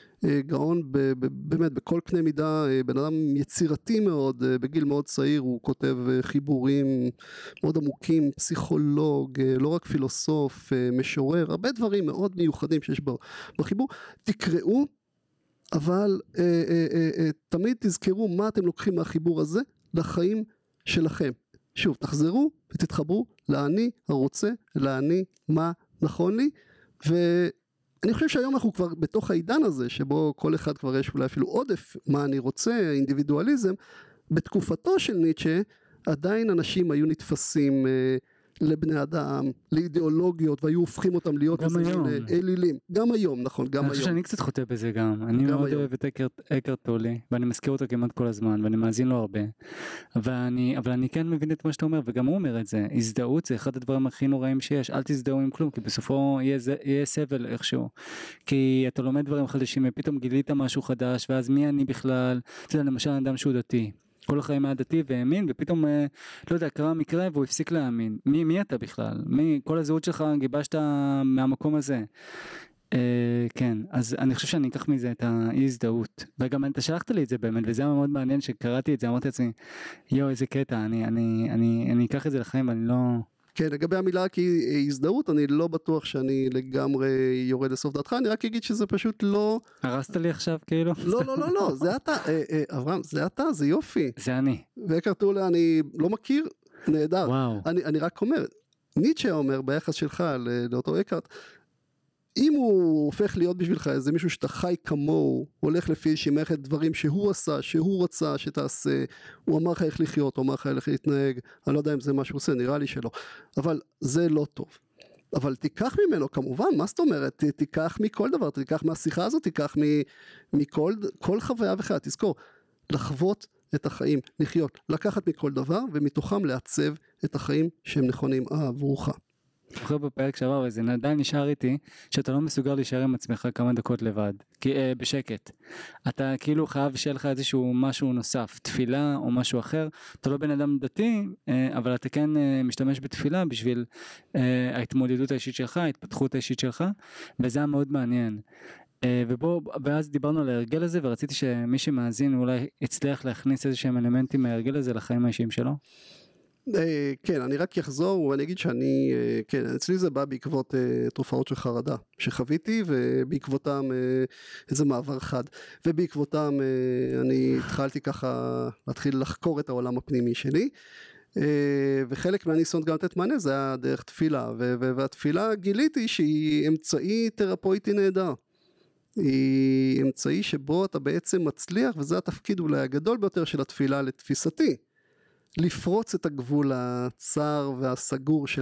באמת בכל קנה מידה, בן אדם יצירתי מאוד, בגיל מאוד צעיר הוא כותב חיבורים מאוד עמוקים, פסיכולוג, לא רק פילוסוף, משורר, הרבה דברים מאוד מיוחדים שיש בחיבור. תקראו, אבל תמיד תזכרו מה אתם לוקחים מהחיבור הזה לחיים שלכם. שוב, תחזרו ותתחברו לאני הרוצה, לאני מה נכון לי, ואני חושב שהיום אנחנו כבר בתוך העידן הזה, שבו כל אחד כבר יש אולי אפילו עודף מה אני רוצה, אינדיבידואליזם. בתקופתו של ניטשה, עדיין אנשים היו נתפסים לבני אדם, לאידיאולוגיות, והיו הופכים אותם להיות אלילים. גם היום, נכון, גם היום. אני חושב שאני קצת חוטא בזה גם. אני מאוד אוהב את אקהרט טולה, ואני מזכיר אותו כמעט כל הזמן, ואני מאזין לו הרבה. אבל אני כן מבין את מה שאתה אומר, וגם הוא אומר את זה. הזדהות זה אחד הדברים הכי נוראים שיש. אל תזדהו עם כלום, כי בסופו יהיה סבל איכשהו. כי אתה לומד דברים חדשים, ופתאום גילית משהו חדש, ואז מי אני בכלל? אתה יודע, למשל אדם שהוא דתי. כל החיים היה דתי והאמין, ופתאום, לא יודע, קרה מקרה והוא הפסיק להאמין. מי אתה בכלל? כל הזהות שלך גיבשת מהמקום הזה. כן, אז אני חושב שאני אקח מזה את ההזדהות. וגם אתה שלחת לי את זה באמת, וזה היה מאוד מעניין שקראתי את זה, אמרתי לעצמי, איזה קטע, אני אקח את זה לחיים ואני לא... כן, לגבי המילה כהזדהות, אני לא בטוח שאני לגמרי יורד לסוף דעתך, אני רק אגיד שזה פשוט לא... הרסת לי עכשיו כאילו? לא, זה אתה, אברהם, זה אתה, זה יופי. זה אני. ואקהרט טולה אני לא מכיר, נהדר. וואו. אני רק אומר, ניטשה אומר ביחס שלך לאותו אקהרט, אם הוא הופך להיות בשבילך איזה מישהו שאתה חי כמוהו, הולך לפי איזושהי מערכת דברים שהוא עשה, שהוא רצה שתעשה, הוא אמר לך איך לחיות, הוא אמר לך איך להתנהג, אני לא יודע אם זה מה שהוא עושה, נראה לי שלא, אבל זה לא טוב. אבל תיקח ממנו כמובן, מה זאת אומרת? תיקח מכל דבר, תיקח מהשיחה הזאת, תיקח מכל חוויה וחיה, תזכור, לחוות את החיים, לחיות, לקחת מכל דבר, ומתוכם לעצב את החיים שהם נכונים עבורך. זוכר בפרק שעבר, וזה עדיין נשאר איתי, שאתה לא מסוגל להישאר עם עצמך כמה דקות לבד, בשקט. אתה כאילו חייב שיהיה לך איזשהו משהו נוסף, תפילה או משהו אחר. אתה לא בן אדם דתי, אבל אתה כן משתמש בתפילה בשביל ההתמודדות האישית שלך, ההתפתחות האישית שלך, וזה היה מאוד מעניין. ואז דיברנו על ההרגל הזה, ורציתי שמי שמאזין אולי יצליח להכניס איזשהם אלמנטים מההרגל הזה לחיים האישיים שלו. כן, אני רק אחזור ואני אגיד שאני, כן, אצלי זה בא בעקבות תופעות של חרדה שחוויתי, ובעקבותם איזה מעבר חד, ובעקבותם אני התחלתי ככה להתחיל לחקור את העולם הפנימי שלי, וחלק מהניסיון גם לתת מענה זה היה דרך תפילה, והתפילה גיליתי שהיא אמצעי תרפויטי נהדר, היא אמצעי שבו אתה בעצם מצליח, וזה התפקיד אולי הגדול ביותר של התפילה לתפיסתי, לפרוץ את הגבול הצר והסגור של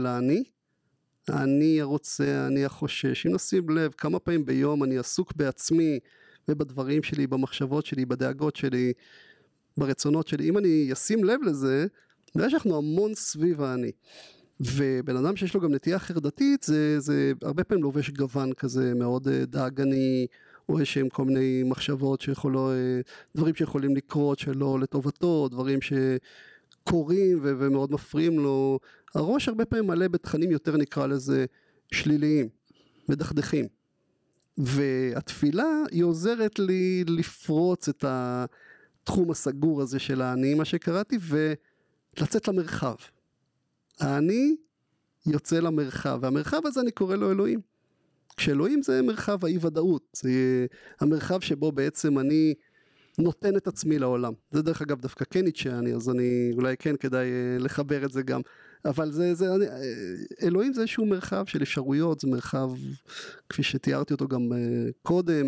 אני הרוצה, אני החושש. אם נשים לב כמה פעמים ביום אני עסוק בעצמי ובדברים שלי, במחשבות שלי, בדאגות שלי, ברצונות שלי, אם אני אשים לב לזה, נראה שאנחנו המון סביב האני. ובן אדם שיש לו גם נטייה חרדתית, זה הרבה פעמים לובש גוון כזה מאוד דאגני, או יש כל מיני מחשבות דברים שיכולים לקרות שלא לטובתו, דברים קוראים ומאוד מפריעים לו. הראש הרבה פעמים מלא בתכנים יותר נקרא לזה שליליים, מדכדכים. והתפילה היא עוזרת לי לפרוץ את התחום הסגור הזה של האני, מה שקראתי, ולצאת למרחב. האני יוצא למרחב, והמרחב הזה אני קורא לו אלוהים. כשאלוהים זה מרחב האי ודאות, זה המרחב שבו בעצם אני נותן את עצמי לעולם. זה דרך אגב דווקא כן ניטשיאני, אז אני אולי כן כדאי לחבר את זה גם. אבל אלוהים זה איזשהו מרחב של אפשרויות, זה מרחב, כפי שתיארתי אותו גם קודם,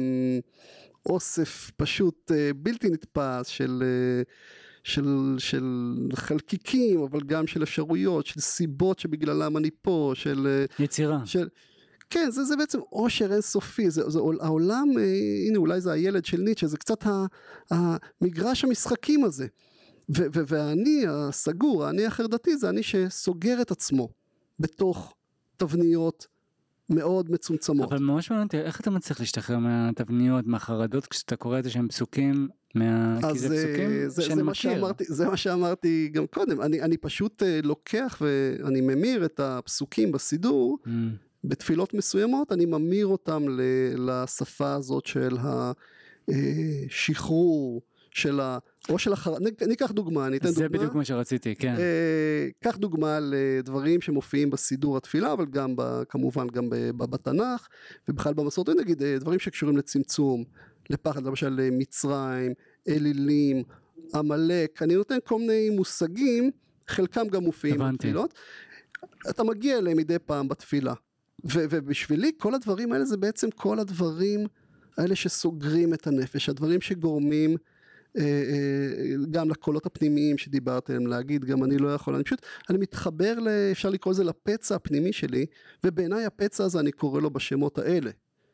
אוסף פשוט בלתי נתפס של חלקיקים, אבל גם של אפשרויות, של סיבות שבגללם אני פה, של יצירה. כן, זה בעצם עושר אינסופי, העולם, הנה אולי זה הילד של ניטשה, זה קצת המגרש המשחקים הזה, ואני הסגור, אני החרדתי, זה אני שסוגר את עצמו בתוך תבניות מאוד מצומצמות. אבל ממש מעניין אותי, איך אתה מצליח להשתחרר מהתבניות, מהחרדות, כשאתה קורא את זה שהם פסוקים, כי זה פסוקים שאני מכיר. זה מה שאמרתי גם קודם, אני פשוט לוקח ואני ממיר את הפסוקים בסידור, בתפילות מסוימות, אני ממיר אותם לשפה הזאת של השחרור, או של ניקח דוגמה, אני אתן דוגמה. זה בדיוק מה שרציתי, כן. קח דוגמה לדברים שמופיעים בסידור התפילה, אבל גם כמובן גם בתנ"ך, ובכלל במסורת, נגיד דברים שקשורים לצמצום, לפחד, למשל מצרים, אלילים, עמלק, אני נותן כל מיני מושגים, חלקם גם מופיעים בתפילות, אתה מגיע אליהם מדי פעם בתפילה, ובשבילי כל הדברים האלה זה בעצם כל הדברים האלה שסוגרים את הנפש, הדברים שגורמים גם לקולות הפנימיים שדיברתם להגיד, גם אני לא יכול, אני מתחבר, אפשר לקרוא לזה לפצע הפנימי שלי, ובעיניי הפצע הזה אני קורא לו בשמות האלה.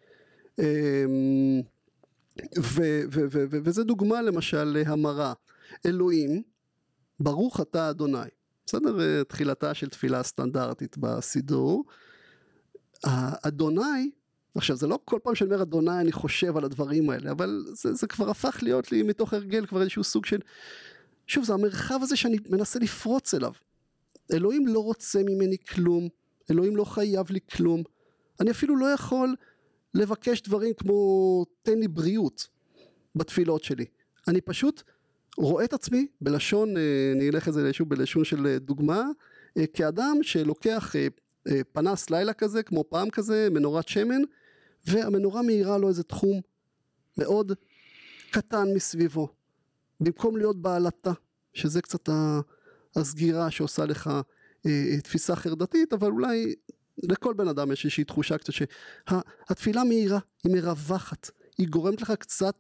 וזה דוגמה למשל להמרה, אלוהים, ברוך אתה אדוני, בסדר? תחילתה של תפילה סטנדרטית בסידור, אדוני, עכשיו זה לא כל פעם שאני אומר אדוני אני חושב על הדברים האלה, אבל זה כבר הפך להיות לי מתוך הרגל כבר איזשהו סוג של, שוב זה המרחב הזה שאני מנסה לפרוץ אליו, אלוהים לא רוצה ממני כלום, אלוהים לא חייב לי כלום, אני אפילו לא יכול לבקש דברים כמו תן לי בריאות בתפילות שלי, אני פשוט רואה את עצמי בלשון, אני אלך את זה שוב בלשון של דוגמה, כאדם שלוקח פנס לילה כזה, כמו פעם כזה, מנורת שמן, והמנורה מאירה לו איזה תחום מאוד קטן מסביבו, במקום להיות בעלתה, שזה קצת הסגירה שעושה לך תפיסה חרדתית, אבל אולי לכל בן אדם יש איזושהי תחושה קצת שהתפילה מאירה, היא מרווחת, היא גורמת לך קצת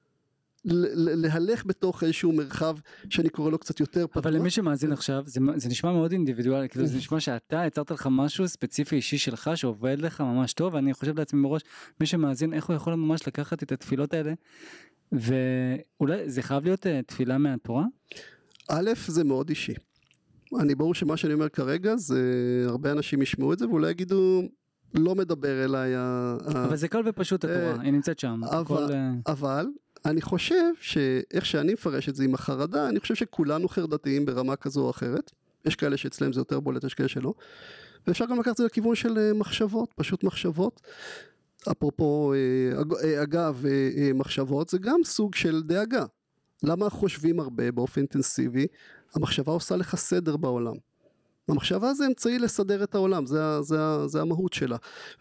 להלך בתוך איזשהו מרחב שאני קורא לו קצת יותר פתוח. אבל למי שמאזין עכשיו, זה נשמע מאוד אינדיבידואלי, כאילו זה נשמע שאתה יצרת לך משהו ספציפי אישי שלך שעובד לך ממש טוב, ואני חושב לעצמי מראש, מי שמאזין איך הוא יכול ממש לקחת את התפילות האלה, ואולי זה חייב להיות תפילה מהתורה? א', זה מאוד אישי. אני ברור שמה שאני אומר כרגע, זה הרבה אנשים ישמעו את זה, ואולי יגידו, לא מדבר אליי. אבל זה קל ופשוט התורה, היא נמצאת שם. אבל אני חושב שאיך שאני מפרש את זה עם החרדה, אני חושב שכולנו חרדתיים ברמה כזו או אחרת, יש כאלה שאצלם זה יותר בולט, יש כאלה שלא, ואפשר גם לקחת את זה לכיוון של מחשבות, פשוט מחשבות, אפרופו, אגב, מחשבות זה גם סוג של דאגה, למה חושבים הרבה באופן אינטנסיבי, המחשבה עושה לך סדר בעולם, המחשבה זה אמצעי לסדר את העולם, זה המהות שלה,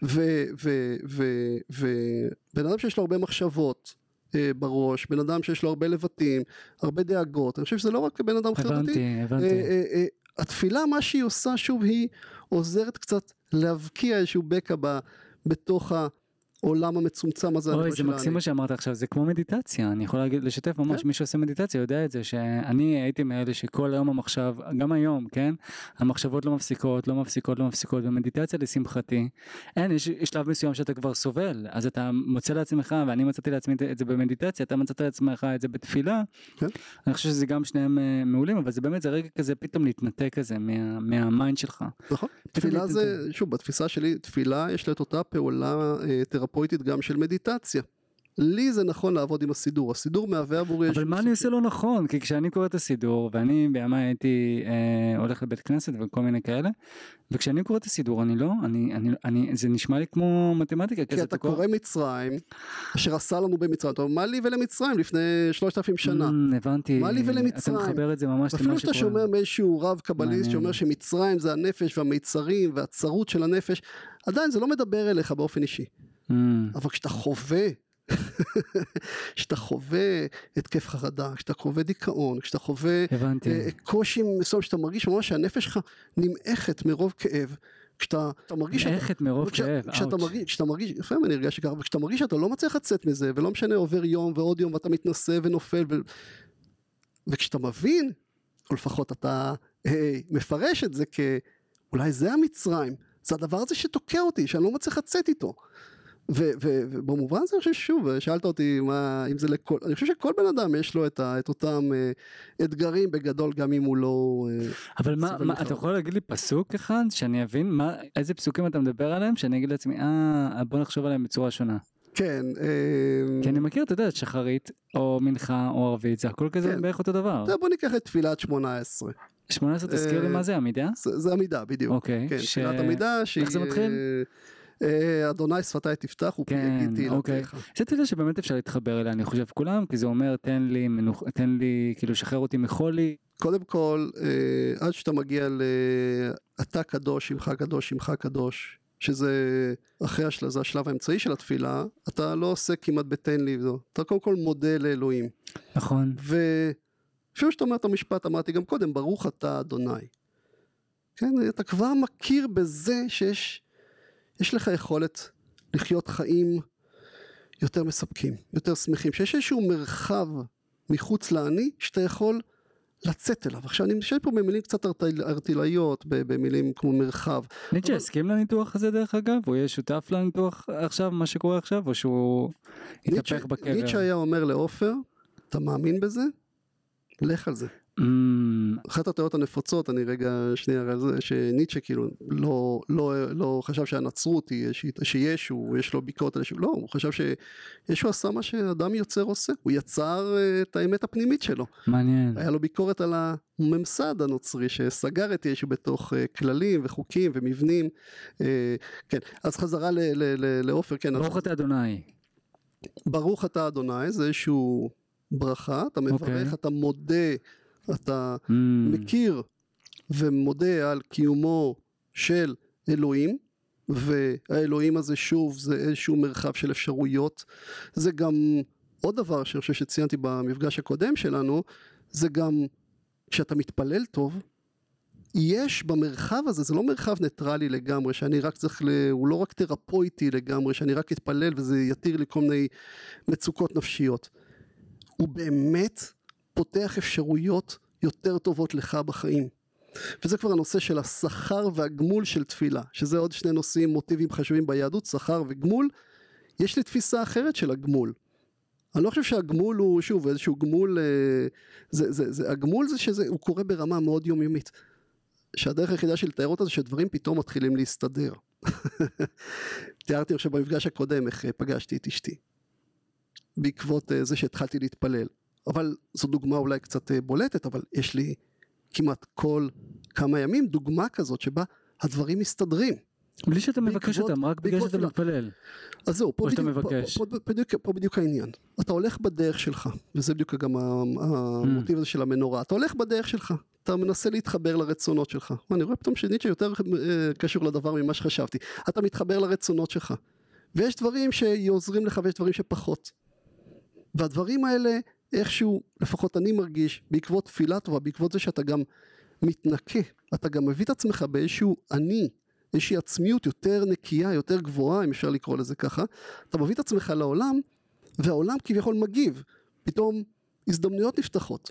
ובן אדם שיש לו הרבה מחשבות, בראש, בן אדם שיש לו הרבה לבטים, הרבה דאגות, אני חושב שזה לא רק בן אדם חרדתי. הבנתי. התפילה, מה שהיא עושה, שוב, היא עוזרת קצת להבקיע איזשהו בקע בתוך העולם המצומצם הזה. אוי, זה מקסים מה שאמרת עכשיו, זה כמו מדיטציה, אני יכול לשתף ממש, מי שעושה מדיטציה יודע את זה, שאני הייתי מאלה שכל היום המחשב, גם היום, כן? המחשבות לא מפסיקות, ומדיטציה לשמחתי, יש שלב מסוים שאתה כבר סובל, אז אתה מוצא לעצמך, ואני מצאתי לעצמי את זה במדיטציה, אתה מצאת לעצמך את זה בתפילה, אני חושב שזה גם שניהם מעולים, אבל זה באמת, זה רגע כזה פתאום להתנתק כזה, מהמיינד שלך. נכון, תפילה זה, שוב, בתפיסה שלי, תפילה יש לה את אותה פעולה תרפויטית גם של מדיטציה. לי זה נכון לעבוד עם הסידור, הסידור מהווה עבורי... אבל מה אני עושה לא נכון? כי כשאני קורא את הסידור, ואני בימי הייתי הולך לבית כנסת וכל מיני כאלה, וכשאני קורא את הסידור, זה נשמע לי כמו מתמטיקה. כי אתה קורא מצרים, אשר עשה לנו במצרים, אתה אומר, מה לי ולמצרים לפני 3,000 שנה? הבנתי. מה לי ולמצרים? אתה מחבר את זה ממש אפילו שאתה שומע מאיזשהו רב קבליסט שאומר שמצרים זה הנפש והמיצרים והצרות של הנפש, עדיין זה לא מדבר אליך באופן אישי. אבל כשאתה חווה התקף חרדה, כשאתה חווה דיכאון, כשאתה חווה קושי מסוים, כשאתה מרגיש ממש שהנפש שלך נמעכת מרוב כאב, כשאתה מרגיש לפעמים אני ארגש שכך, וכשאתה מרגיש שאתה לא מצליח לצאת מזה, ולא משנה עובר יום ועוד יום, ואתה מתנסה ונופל, וכשאתה מבין, או לפחות אתה מפרש את זה כאולי זה המצרים, זה הדבר הזה שתוקע אותי, שאני לא מצליח לצאת איתו, ובמובן הזה אני חושב שוב, שאלת אותי מה, אם זה לכל, אני חושב שכל בן אדם יש לו את אותם אתגרים בגדול, גם אם הוא לא... אבל מה, אתה יכול להגיד לי פסוק אחד, שאני אבין איזה פסוקים אתה מדבר עליהם, שאני אגיד לעצמי, בוא נחשוב עליהם בצורה שונה. כן. כי אני מכיר, אתה יודע, שחרית, או מנחה, או ערבית, זה הכל כזה בערך אותו דבר. בוא ניקח את תפילת 18. 18, תזכיר לי מה זה, עמידה? זה עמידה, בדיוק. אוקיי. כן, תפילת עמידה, שהיא... איך זה מתחיל? אדוני שפתיי תפתח ופי יגיד תהילתך. זה תהילה שבאמת אפשר להתחבר אליה, אני חושב כולם, כי זה אומר תן לי, כאילו שחרר אותי מחולי. קודם כל, עד שאתה מגיע אתה קדוש, שמך קדוש, שמך קדוש, שזה אחרי זה השלב האמצעי של התפילה, אתה לא עושה כמעט בתן לי, אתה קודם כל מודה לאלוהים. נכון. ואפילו שאתה אומר את המשפט, אמרתי גם קודם, ברוך אתה אדוני. כן, אתה כבר מכיר בזה יש לך יכולת לחיות חיים יותר מספקים, יותר שמחים, שיש איזשהו מרחב מחוץ לעני, שאתה יכול לצאת אליו. עכשיו אני משאר פה במילים קצת ארטילאיות, במילים כמו מרחב. ניטשה הסכים לניתוח הזה דרך אגב? הוא יהיה שותף לניתוח עכשיו, מה שקורה עכשיו, או שהוא יתהפך בקבר? ניטשה היה אומר לעופר, אתה מאמין בזה? לך על זה. אחת התיאוריות הנפוצות, אני רגע שנייה על זה, שניטשה כאילו לא חשב שהנצרות היא, שישו, יש לו ביקורת על ישו, לא, הוא חשב שישו עשה מה שאדם יוצר עושה, הוא יצר את האמת הפנימית שלו. מעניין. היה לו ביקורת על הממסד הנוצרי, שסגר את ישו בתוך כללים וחוקים ומבנים. כן, אז חזרה לעופר, כן. ברוך אתה אדוני. ברוך אתה אדוני, זה איזשהו ברכה, אתה מברך, אתה מודה, אתה מכיר ומודה על קיומו של אלוהים, והאלוהים הזה שוב זה איזשהו מרחב של אפשרויות. זה גם עוד דבר שאני חושב שציינתי במפגש הקודם שלנו, זה גם כשאתה מתפלל טוב, יש במרחב הזה, זה לא מרחב ניטרלי לגמרי, שאני רק צריך, הוא לא רק תרפויטי לגמרי, שאני רק אתפלל וזה יתיר לי כל מיני מצוקות נפשיות. הוא באמת פותח אפשרויות יותר טובות לך בחיים. וזה כבר הנושא של השכר והגמול של תפילה, שזה עוד שני נושאים, מוטיבים חשובים ביהדות, שכר וגמול. יש לי תפיסה אחרת של הגמול. אני לא חושב שהגמול הוא, שוב, איזשהו גמול, הגמול זה שהוא קורה ברמה מאוד יומיומית. שהדרך היחידה של לתאר אותה זה שדברים פתאום מתחילים להסתדר. תיארתי עכשיו במפגש הקודם איך פגשתי את אשתי. בעקבות זה שהתחלתי להתפלל. אבל זו דוגמה אולי קצת בולטת, אבל יש לי כמעט כל כמה ימים דוגמה כזאת שבה הדברים מסתדרים. בלי שאתה מבקש אותם, רק בגלל שאתה מתפלל. אז זהו, פה בדיוק העניין. אתה הולך בדרך שלך, וזה בדיוק גם המוטיב הזה של המנורה. אתה הולך בדרך שלך, אתה מנסה להתחבר לרצונות שלך. אני רואה פתאום שניטשה יותר קשור לדבר ממה שחשבתי. אתה מתחבר לרצונות שלך. ויש דברים שעוזרים לך ויש דברים שפחות. והדברים האלה, איכשהו, לפחות אני מרגיש, בעקבות תפילה טובה, בעקבות זה שאתה גם מתנקה, אתה גם מביא את עצמך באיזשהו איזושהי עצמיות יותר נקייה, יותר גבוהה, אם אפשר לקרוא לזה ככה, אתה מביא את עצמך לעולם, והעולם כביכול מגיב, פתאום הזדמנויות נפתחות.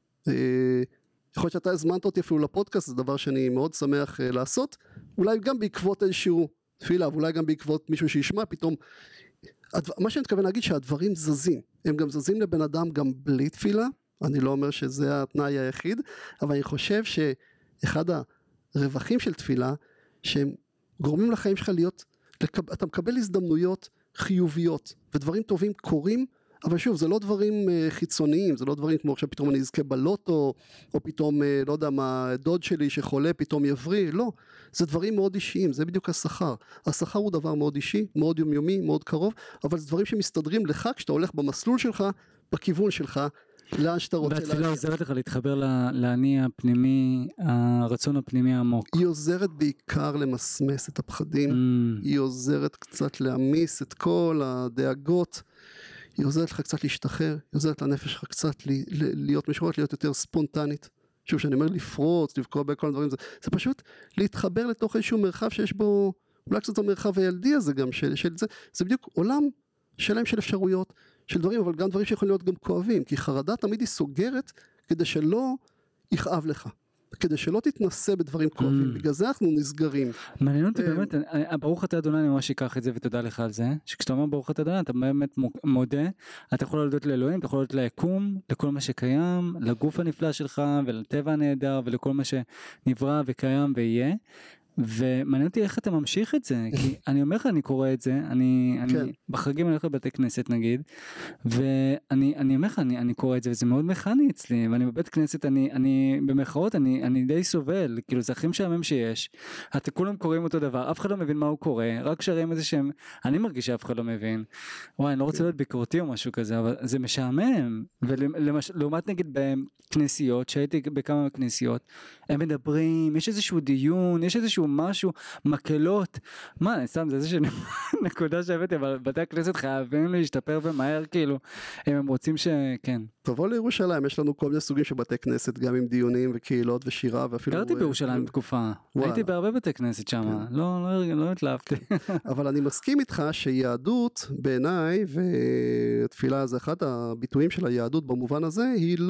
יכול להיות שאתה הזמנת אותי אפילו לפודקאסט, זה דבר שאני מאוד שמח לעשות, אולי גם בעקבות איזשהו תפילה, ואולי גם בעקבות מישהו שישמע, פתאום, מה שאני מתכוון להגיד שהדברים זזים, הם גם זזים לבן אדם גם בלי תפילה, אני לא אומר שזה התנאי היחיד, אבל אני חושב שאחד הרווחים של תפילה, שהם גורמים לחיים שלך להיות, אתה מקבל הזדמנויות חיוביות, ודברים טובים קורים, אבל שוב, זה לא דברים חיצוניים, זה לא דברים כמו עכשיו פתאום אני אזכה בלוטו, או פתאום, לא יודע מה, דוד שלי שחולה פתאום יבריא, לא, זה דברים מאוד אישיים, זה בדיוק השכר. השכר הוא דבר מאוד אישי, מאוד יומיומי, מאוד קרוב, אבל זה דברים שמסתדרים לך כשאתה הולך במסלול שלך, בכיוון שלך, לאן שאתה רוצה. והתפילה עוזרת לך להתחבר לאני הפנימי, הרצון הפנימי העמוק. היא עוזרת בעיקר למסמס את הפחדים, היא עוזרת קצת להמיס את כל הדאגות, היא עוזרת לך קצת להשתחרר, היא עוזרת לנפש שלך קצת להיות משוחררת, להיות יותר ספונטנית. שוב, שאני אומר לפרוץ, לפקוע בכל הדברים, זה פשוט להתחבר לתוך איזשהו מרחב שיש בו, אולי קצת המרחב הילדי הזה גם, זה בדיוק עולם שלם של אפשרויות, של דברים, אבל גם דברים שיכולים להיות גם כואבים, כי חרדה תמיד היא סוגרת כדי שלא יכאב לך. כדי שלא תתנסה בדברים כואבים, בגלל זה אנחנו נסגרים. מעניין אותי באמת, ברוך אתה אדוני, אני ממש אקח את זה ותודה לך על זה, שכשאתה אומר ברוך אתה אדוני, אתה באמת מודה, אתה יכול להודות לאלוהים, אתה יכול להודות ליקום, לכל מה שקיים, לגוף הנפלא שלך ולטבע הנהדר ולכל מה שנברא וקיים ויהיה, ומעניין אותי איך אתה ממשיך את זה, כי אני אומר לך, אני קורא את זה, אני בחגים אני הולך לבתי כנסת נגיד, ואני אומר לך, אני קורא את זה, וזה מאוד מכני אצלי, ואני בבית כנסת, אני במחאות, אני די סובל, כאילו זה הכי משעמם שיש, אתם כולם קוראים אותו דבר, אף אחד לא מבין מה הוא קורא, רק שרים איזה שהם, אני מרגיש שאף אחד לא מבין, וואי, אני לא רוצה להיות ביקורתי או משהו כזה, אבל זה משעמם, ולעומת נגיד בכנסיות, שהייתי בכמה כנסיות, הם מדברים, יש איזשהו דיון, יש איזשהו משהו, מקלות, מה, סתם, זה איזושהי נקודה שהבאתי, אבל בתי הכנסת חייבים להשתפר ומהר, כאילו, אם הם רוצים כן. תבוא לירושלים, יש לנו כל מיני סוגים של בתי כנסת, גם עם דיונים וקהילות ושירה, ואפילו... גרתי בירושלים בתקופה, הייתי בהרבה בתי כנסת שם, לא התלהבתי. אבל אני מסכים איתך שיהדות, בעיניי, ותפילה זה אחד הביטויים של היהדות במובן הזה, היא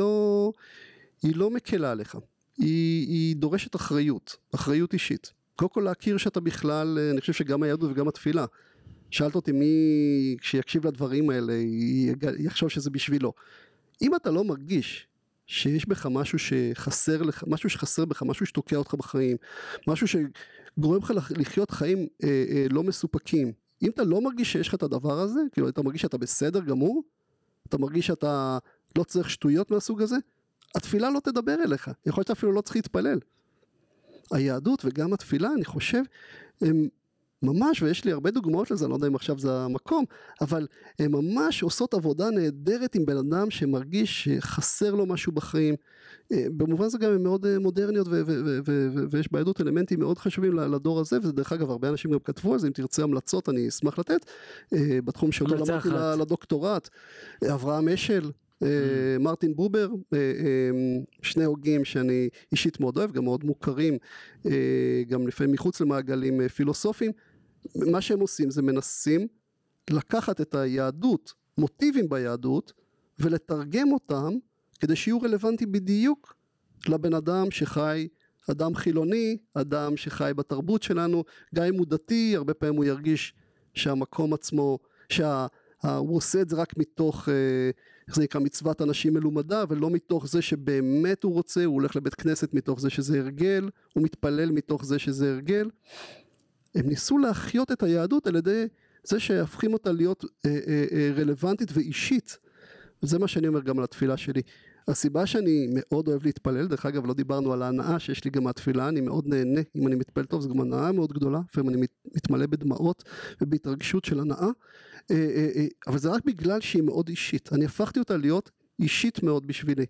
לא מקלה עליך. היא דורשת אחריות אישית. קודם כל להכיר שאתה בכלל, אני חושב שגם היהדות וגם התפילה, שאלת אותי מי, כשיקשיב לדברים האלה, יחשוב שזה בשבילו. אם אתה לא מרגיש שיש בך משהו שחסר לך, משהו שחסר בך, משהו שתוקע אותך בחיים, משהו שגורם לך לחיות חיים לא מסופקים, אם אתה לא מרגיש שיש לך את הדבר הזה, כאילו אתה מרגיש שאתה בסדר גמור, אתה מרגיש שאתה לא צריך שטויות מהסוג הזה, התפילה לא תדבר אליך, יכול להיות אפילו לא צריך להתפלל. היהדות וגם התפילה, אני חושב, הם ממש, ויש לי הרבה דוגמאות לזה, אני לא יודע אם עכשיו זה המקום, אבל הם ממש עושות עבודה נהדרת עם בן אדם שמרגיש שחסר לו משהו בחיים. במובן זה גם הם מאוד מודרניות, ויש ביהדות אלמנטים מאוד חשובים לדור הזה, וזה דרך אגב, הרבה אנשים גם כתבו על זה, אם תרצה המלצות אני אשמח לתת, בתחום שאותו למדתי לדוקטורט, אברהם אשל, מרטין בובר, שני הוגים שאני אישית מאוד אוהב, גם מאוד מוכרים, גם לפעמים מחוץ למעגלים פילוסופיים. מה שהם עושים זה מנסים לקחת את היהדות, מוטיבים ביהדות, ולתרגם אותם כדי שיהיו רלוונטיים בדיוק לבן אדם שחי, אדם חילוני, אדם שחי בתרבות שלנו, גם אם הוא דתי, הרבה פעמים הוא ירגיש שהמקום עצמו, הוא עושה את זה רק מתוך, איך זה נקרא, מצוות אנשים מלומדה, ולא מתוך זה שבאמת הוא רוצה, הוא הולך לבית כנסת מתוך זה שזה הרגל, הוא מתפלל מתוך זה שזה הרגל. הם ניסו להחיות את היהדות על ידי זה שהפכים אותה להיות רלוונטית ואישית, וזה מה שאני אומר גם על התפילה שלי. הסיבה שאני מאוד אוהב להתפלל, דרך אגב לא דיברנו על ההנאה שיש לי גם מהתפילה, אני מאוד נהנה, אם אני מתפלל טוב זו גם הנאה מאוד גדולה, לפעמים אני מתמלא בדמעות ובהתרגשות של הנאה, אבל זה רק בגלל שהיא מאוד אישית, אני הפכתי אותה להיות אישית מאוד בשבילי.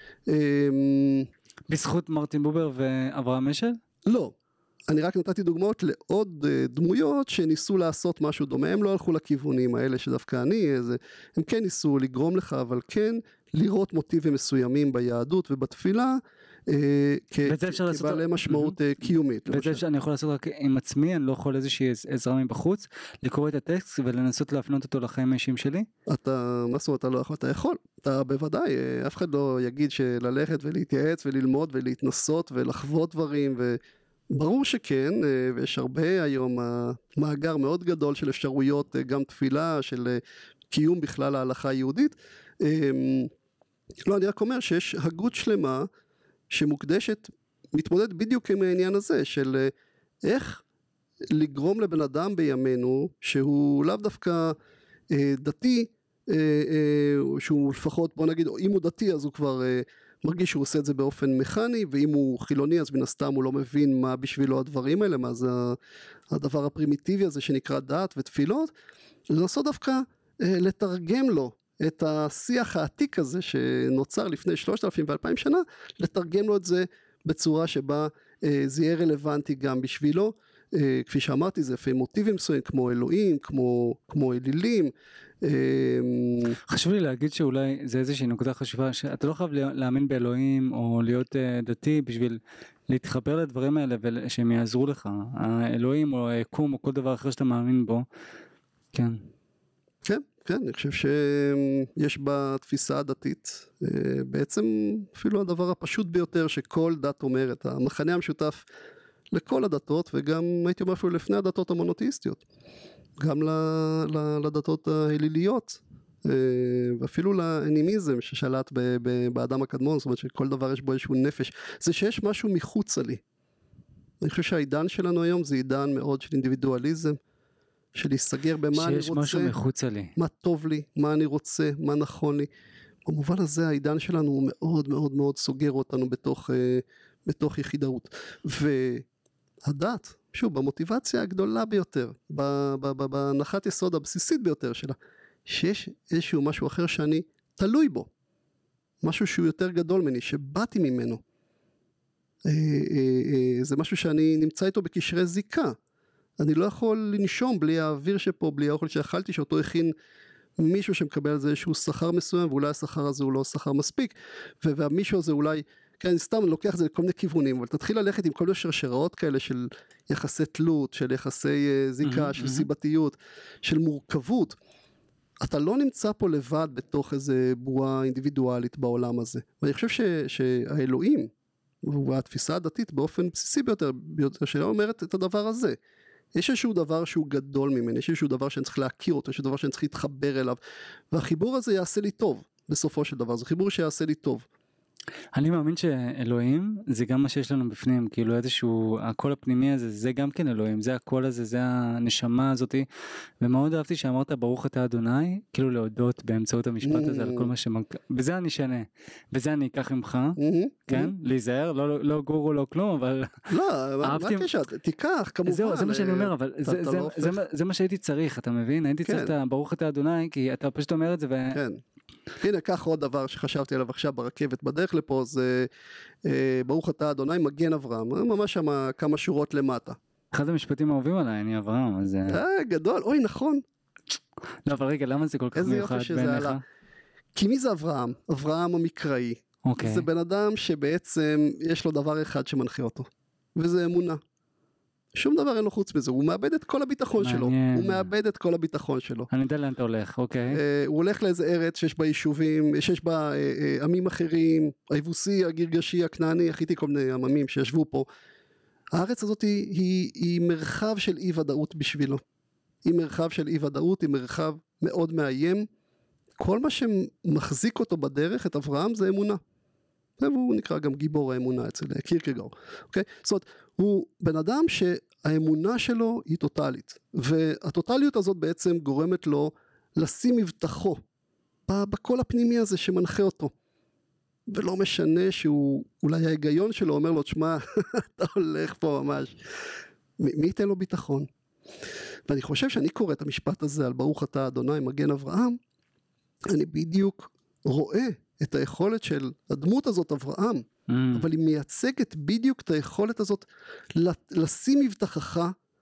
בזכות מרטין בובר ואברהם אשל? לא, אני רק נתתי דוגמאות לעוד דמויות שניסו לעשות משהו דומה, הם לא הלכו לכיוונים האלה שדווקא הם כן ניסו לגרום לך, אבל לראות מוטיבים מסוימים ביהדות ובתפילה, כבעלי משמעות קיומית. וזה שאני יכול לעשות רק עם עצמי, אני לא יכול איזושהי עזרה מבחוץ, לקרוא את הטקסט ולנסות להפנות אותו לחיים האישיים שלי? מה זאת אומרת, אתה לא יכול, אתה יכול, אתה בוודאי, אף אחד לא יגיד שללכת ולהתייעץ וללמוד ולהתנסות ולחוות דברים, ברור שכן, ויש הרבה היום מאגר מאוד גדול של אפשרויות, גם תפילה, של קיום בכלל ההלכה היהודית. לא, אני רק אומר שיש הגות שלמה שמוקדשת, מתמודד בדיוק עם העניין הזה, של איך לגרום לבן אדם בימינו, שהוא לאו דווקא דתי, שהוא לפחות, בוא נגיד, אם הוא דתי אז הוא כבר מרגיש שהוא עושה את זה באופן מכני, ואם הוא חילוני אז מן הסתם הוא לא מבין מה בשבילו הדברים האלה, מה זה הדבר הפרימיטיבי הזה שנקרא דת ותפילות, לנסות דווקא לתרגם לו את השיח העתיק הזה שנוצר לפני 3,000 ו-2,000 שנה, לתרגם לו את זה בצורה שבה זה יהיה רלוונטי גם בשבילו, כפי שאמרתי זה לפעמים מוטיבים מסוימים כמו אלוהים, כמו אלילים. חשוב לי להגיד שאולי זה איזושהי נקודה חשובה, שאתה לא חייב להאמין באלוהים או להיות דתי בשביל להתחבר לדברים האלה ושהם יעזרו לך, האלוהים או היקום או כל דבר אחר שאתה מאמין בו, כן. כן, כן, אני חושב שיש בתפיסה הדתית, בעצם אפילו הדבר הפשוט ביותר שכל דת אומרת, המחנה המשותף לכל הדתות, וגם הייתי אומר אפילו לפני הדתות המונותאיסטיות, גם לדתות האליליות, ואפילו לאנימיזם ששלט באדם הקדמון, זאת אומרת שכל דבר יש בו איזשהו נפש, זה שיש משהו מחוצה לי. אני חושב שהעידן שלנו היום זה עידן מאוד של אינדיבידואליזם, של להסתגר במה אני רוצה, שיש משהו מחוצה לי. מה טוב לי, מה אני רוצה, מה נכון לי. במובן הזה העידן שלנו הוא מאוד מאוד מאוד סוגר אותנו בתוך יחידאות. והדת, שוב, במוטיבציה הגדולה ביותר, בהנחת יסוד הבסיסית ביותר שלה, שיש איזשהו משהו אחר שאני תלוי בו, משהו שהוא יותר גדול ממני, שבאתי ממנו. זה משהו שאני נמצא איתו בקשרי זיקה. אני לא יכול לנשום בלי האוויר שפה, בלי האוכל שאכלתי, שאותו הכין מישהו שמקבל על זה איזשהו שכר מסוים, ואולי השכר הזה הוא לא שכר מספיק, והמישהו הזה אולי, כן, סתם לוקח את זה לכל מיני כיוונים, אבל תתחיל ללכת עם כל מיני שרשראות כאלה של יחסי תלות, של יחסי זיקה, של סיבתיות, של מורכבות. אתה לא נמצא פה לבד בתוך איזה בועה אינדיבידואלית בעולם הזה. ואני חושב שהאלוהים, והתפיסה הדתית באופן בסיסי ביותר שלה אומרת את הדבר הזה. יש איזשהו דבר שהוא גדול ממני, יש איזשהו דבר שאני צריך להכיר אותו, יש איזשהו דבר שאני צריך להתחבר אליו, והחיבור הזה יעשה לי טוב, בסופו של דבר, זה חיבור שיעשה לי טוב. אני מאמין שאלוהים זה גם מה שיש לנו בפנים, כאילו איזשהו, הקול הפנימי הזה, זה גם כן אלוהים, זה הקול הזה, זה הנשמה הזאת, ומאוד אהבתי שאמרת ברוך אתה אדוני, כאילו להודות באמצעות המשפט הזה על כל מה וזה אני שנה, וזה אני אקח ממך, כן? להיזהר, לא גורו, לא כלום, אבל... לא, מה קשר? תיקח, כמובן. זהו, זה מה שאני אומר, אבל זה מה שהייתי צריך, אתה מבין? הייתי צריך את ברוך אתה אדוני, כי אתה פשוט אומר את זה כן. הנה, כך עוד דבר שחשבתי עליו עכשיו ברכבת בדרך לפה, זה ברוך אתה אדוני מגן אברהם, ממש שם כמה שורות למטה. אחד המשפטים האהובים עליי, אני אברהם, אז... גדול, אוי נכון. לא, אבל רגע, למה זה כל כך מיוחד בעיניך? כי מי זה אברהם? אברהם המקראי. זה בן אדם שבעצם יש לו דבר אחד שמנחה אותו, וזה אמונה. שום דבר אין לו חוץ בזה, הוא מאבד את כל הביטחון שלו, הוא מאבד את כל הביטחון שלו. אני יודע לאן אתה הולך, אוקיי. הוא הולך לאיזה ארץ שיש בה יישובים, שיש בה עמים אחרים, היבוסי, הגרגשי, הכנעני, הכיתי כל מיני עממים שישבו פה. הארץ הזאת היא מרחב של אי ודאות בשבילו. היא מרחב של אי ודאות, היא מרחב מאוד מאיים. כל מה שמחזיק אותו בדרך, את אברהם, זה אמונה. והוא נקרא גם גיבור האמונה אצל קירקגור. אוקיי? זאת אומרת, הוא בן אדם שהאמונה שלו היא טוטלית, והטוטליות הזאת בעצם גורמת לו לשים מבטחו בקול הפנימי הזה שמנחה אותו, ולא משנה שהוא, אולי ההיגיון שלו אומר לו, תשמע, אתה הולך פה ממש, מי ייתן לו ביטחון? ואני חושב שאני קורא את המשפט הזה על ברוך אתה אדוני מגן אברהם, אני בדיוק רואה את היכולת של הדמות הזאת אברהם, אבל היא מייצגת בדיוק את היכולת הזאת לשים מבטחך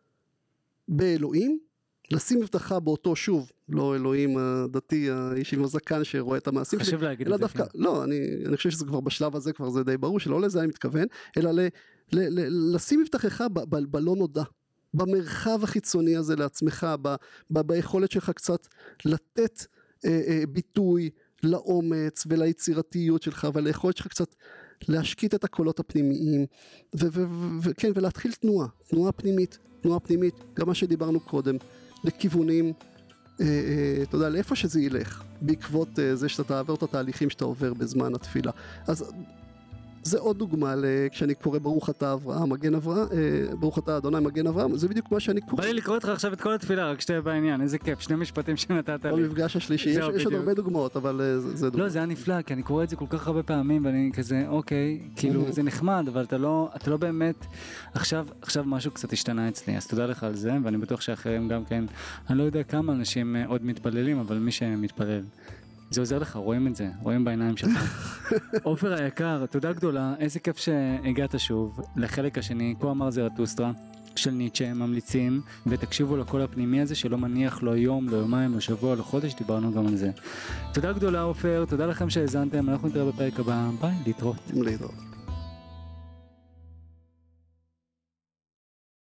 באלוהים, לשים מבטחך באותו שוב, לא אלוהים הדתי, האיש עם הזקן שרואה את המעשים חשוב להגיד את זה. דווקא, לא, אני חושב שזה כבר בשלב הזה, כבר זה די ברור, שלא לזה אני מתכוון, אלא לשים מבטחך בלא נודע, במרחב החיצוני הזה לעצמך, ביכולת שלך קצת לתת ביטוי לאומץ וליצירתיות שלך, וליכולת שלך קצת להשקיט את הקולות הפנימיים, וכן, ולהתחיל תנועה פנימית, גם מה שדיברנו קודם, לכיוונים, אתה יודע, לאיפה שזה ילך, בעקבות זה שאתה תעבור את התהליכים שאתה עובר בזמן התפילה. אז זה עוד דוגמה כשאני קורא ברוך אתה אברהם, מגן אברהם, ברוך אתה אדוני מגן אברהם, זה בדיוק מה שאני קורא. בא לי לקרוא אותך עכשיו את כל התפילה, רק שתהיה בעניין, איזה כיף, שני משפטים שנתת לי. במפגש השלישי, יש עוד הרבה דוגמאות, אבל זה דוגמה. לא, זה היה נפלא, כי אני קורא את זה כל כך הרבה פעמים, ואני כזה, אוקיי, כאילו זה נחמד, אבל אתה לא באמת, עכשיו משהו קצת השתנה אצלי, אז תודה לך על זה, ואני בטוח שאחרים גם כן, אני לא יודע כמה אנשים עוד מתפללים, אבל מי שמתפלל. זה עוזר לך, רואים את זה, רואים בעיניים שלך. עופר היקר, תודה גדולה, איזה כיף שהגעת שוב לחלק השני, כה אמר זרטוסטרה של ניטשה, ממליצים, ותקשיבו לקול הפנימי הזה שלא מניח לא יום, לא יומיים, לא שבוע, לא חודש, דיברנו גם על זה. תודה גדולה עופר, תודה לכם שהאזנתם, אנחנו נתראה בפרק הבא, ביי, להתראות.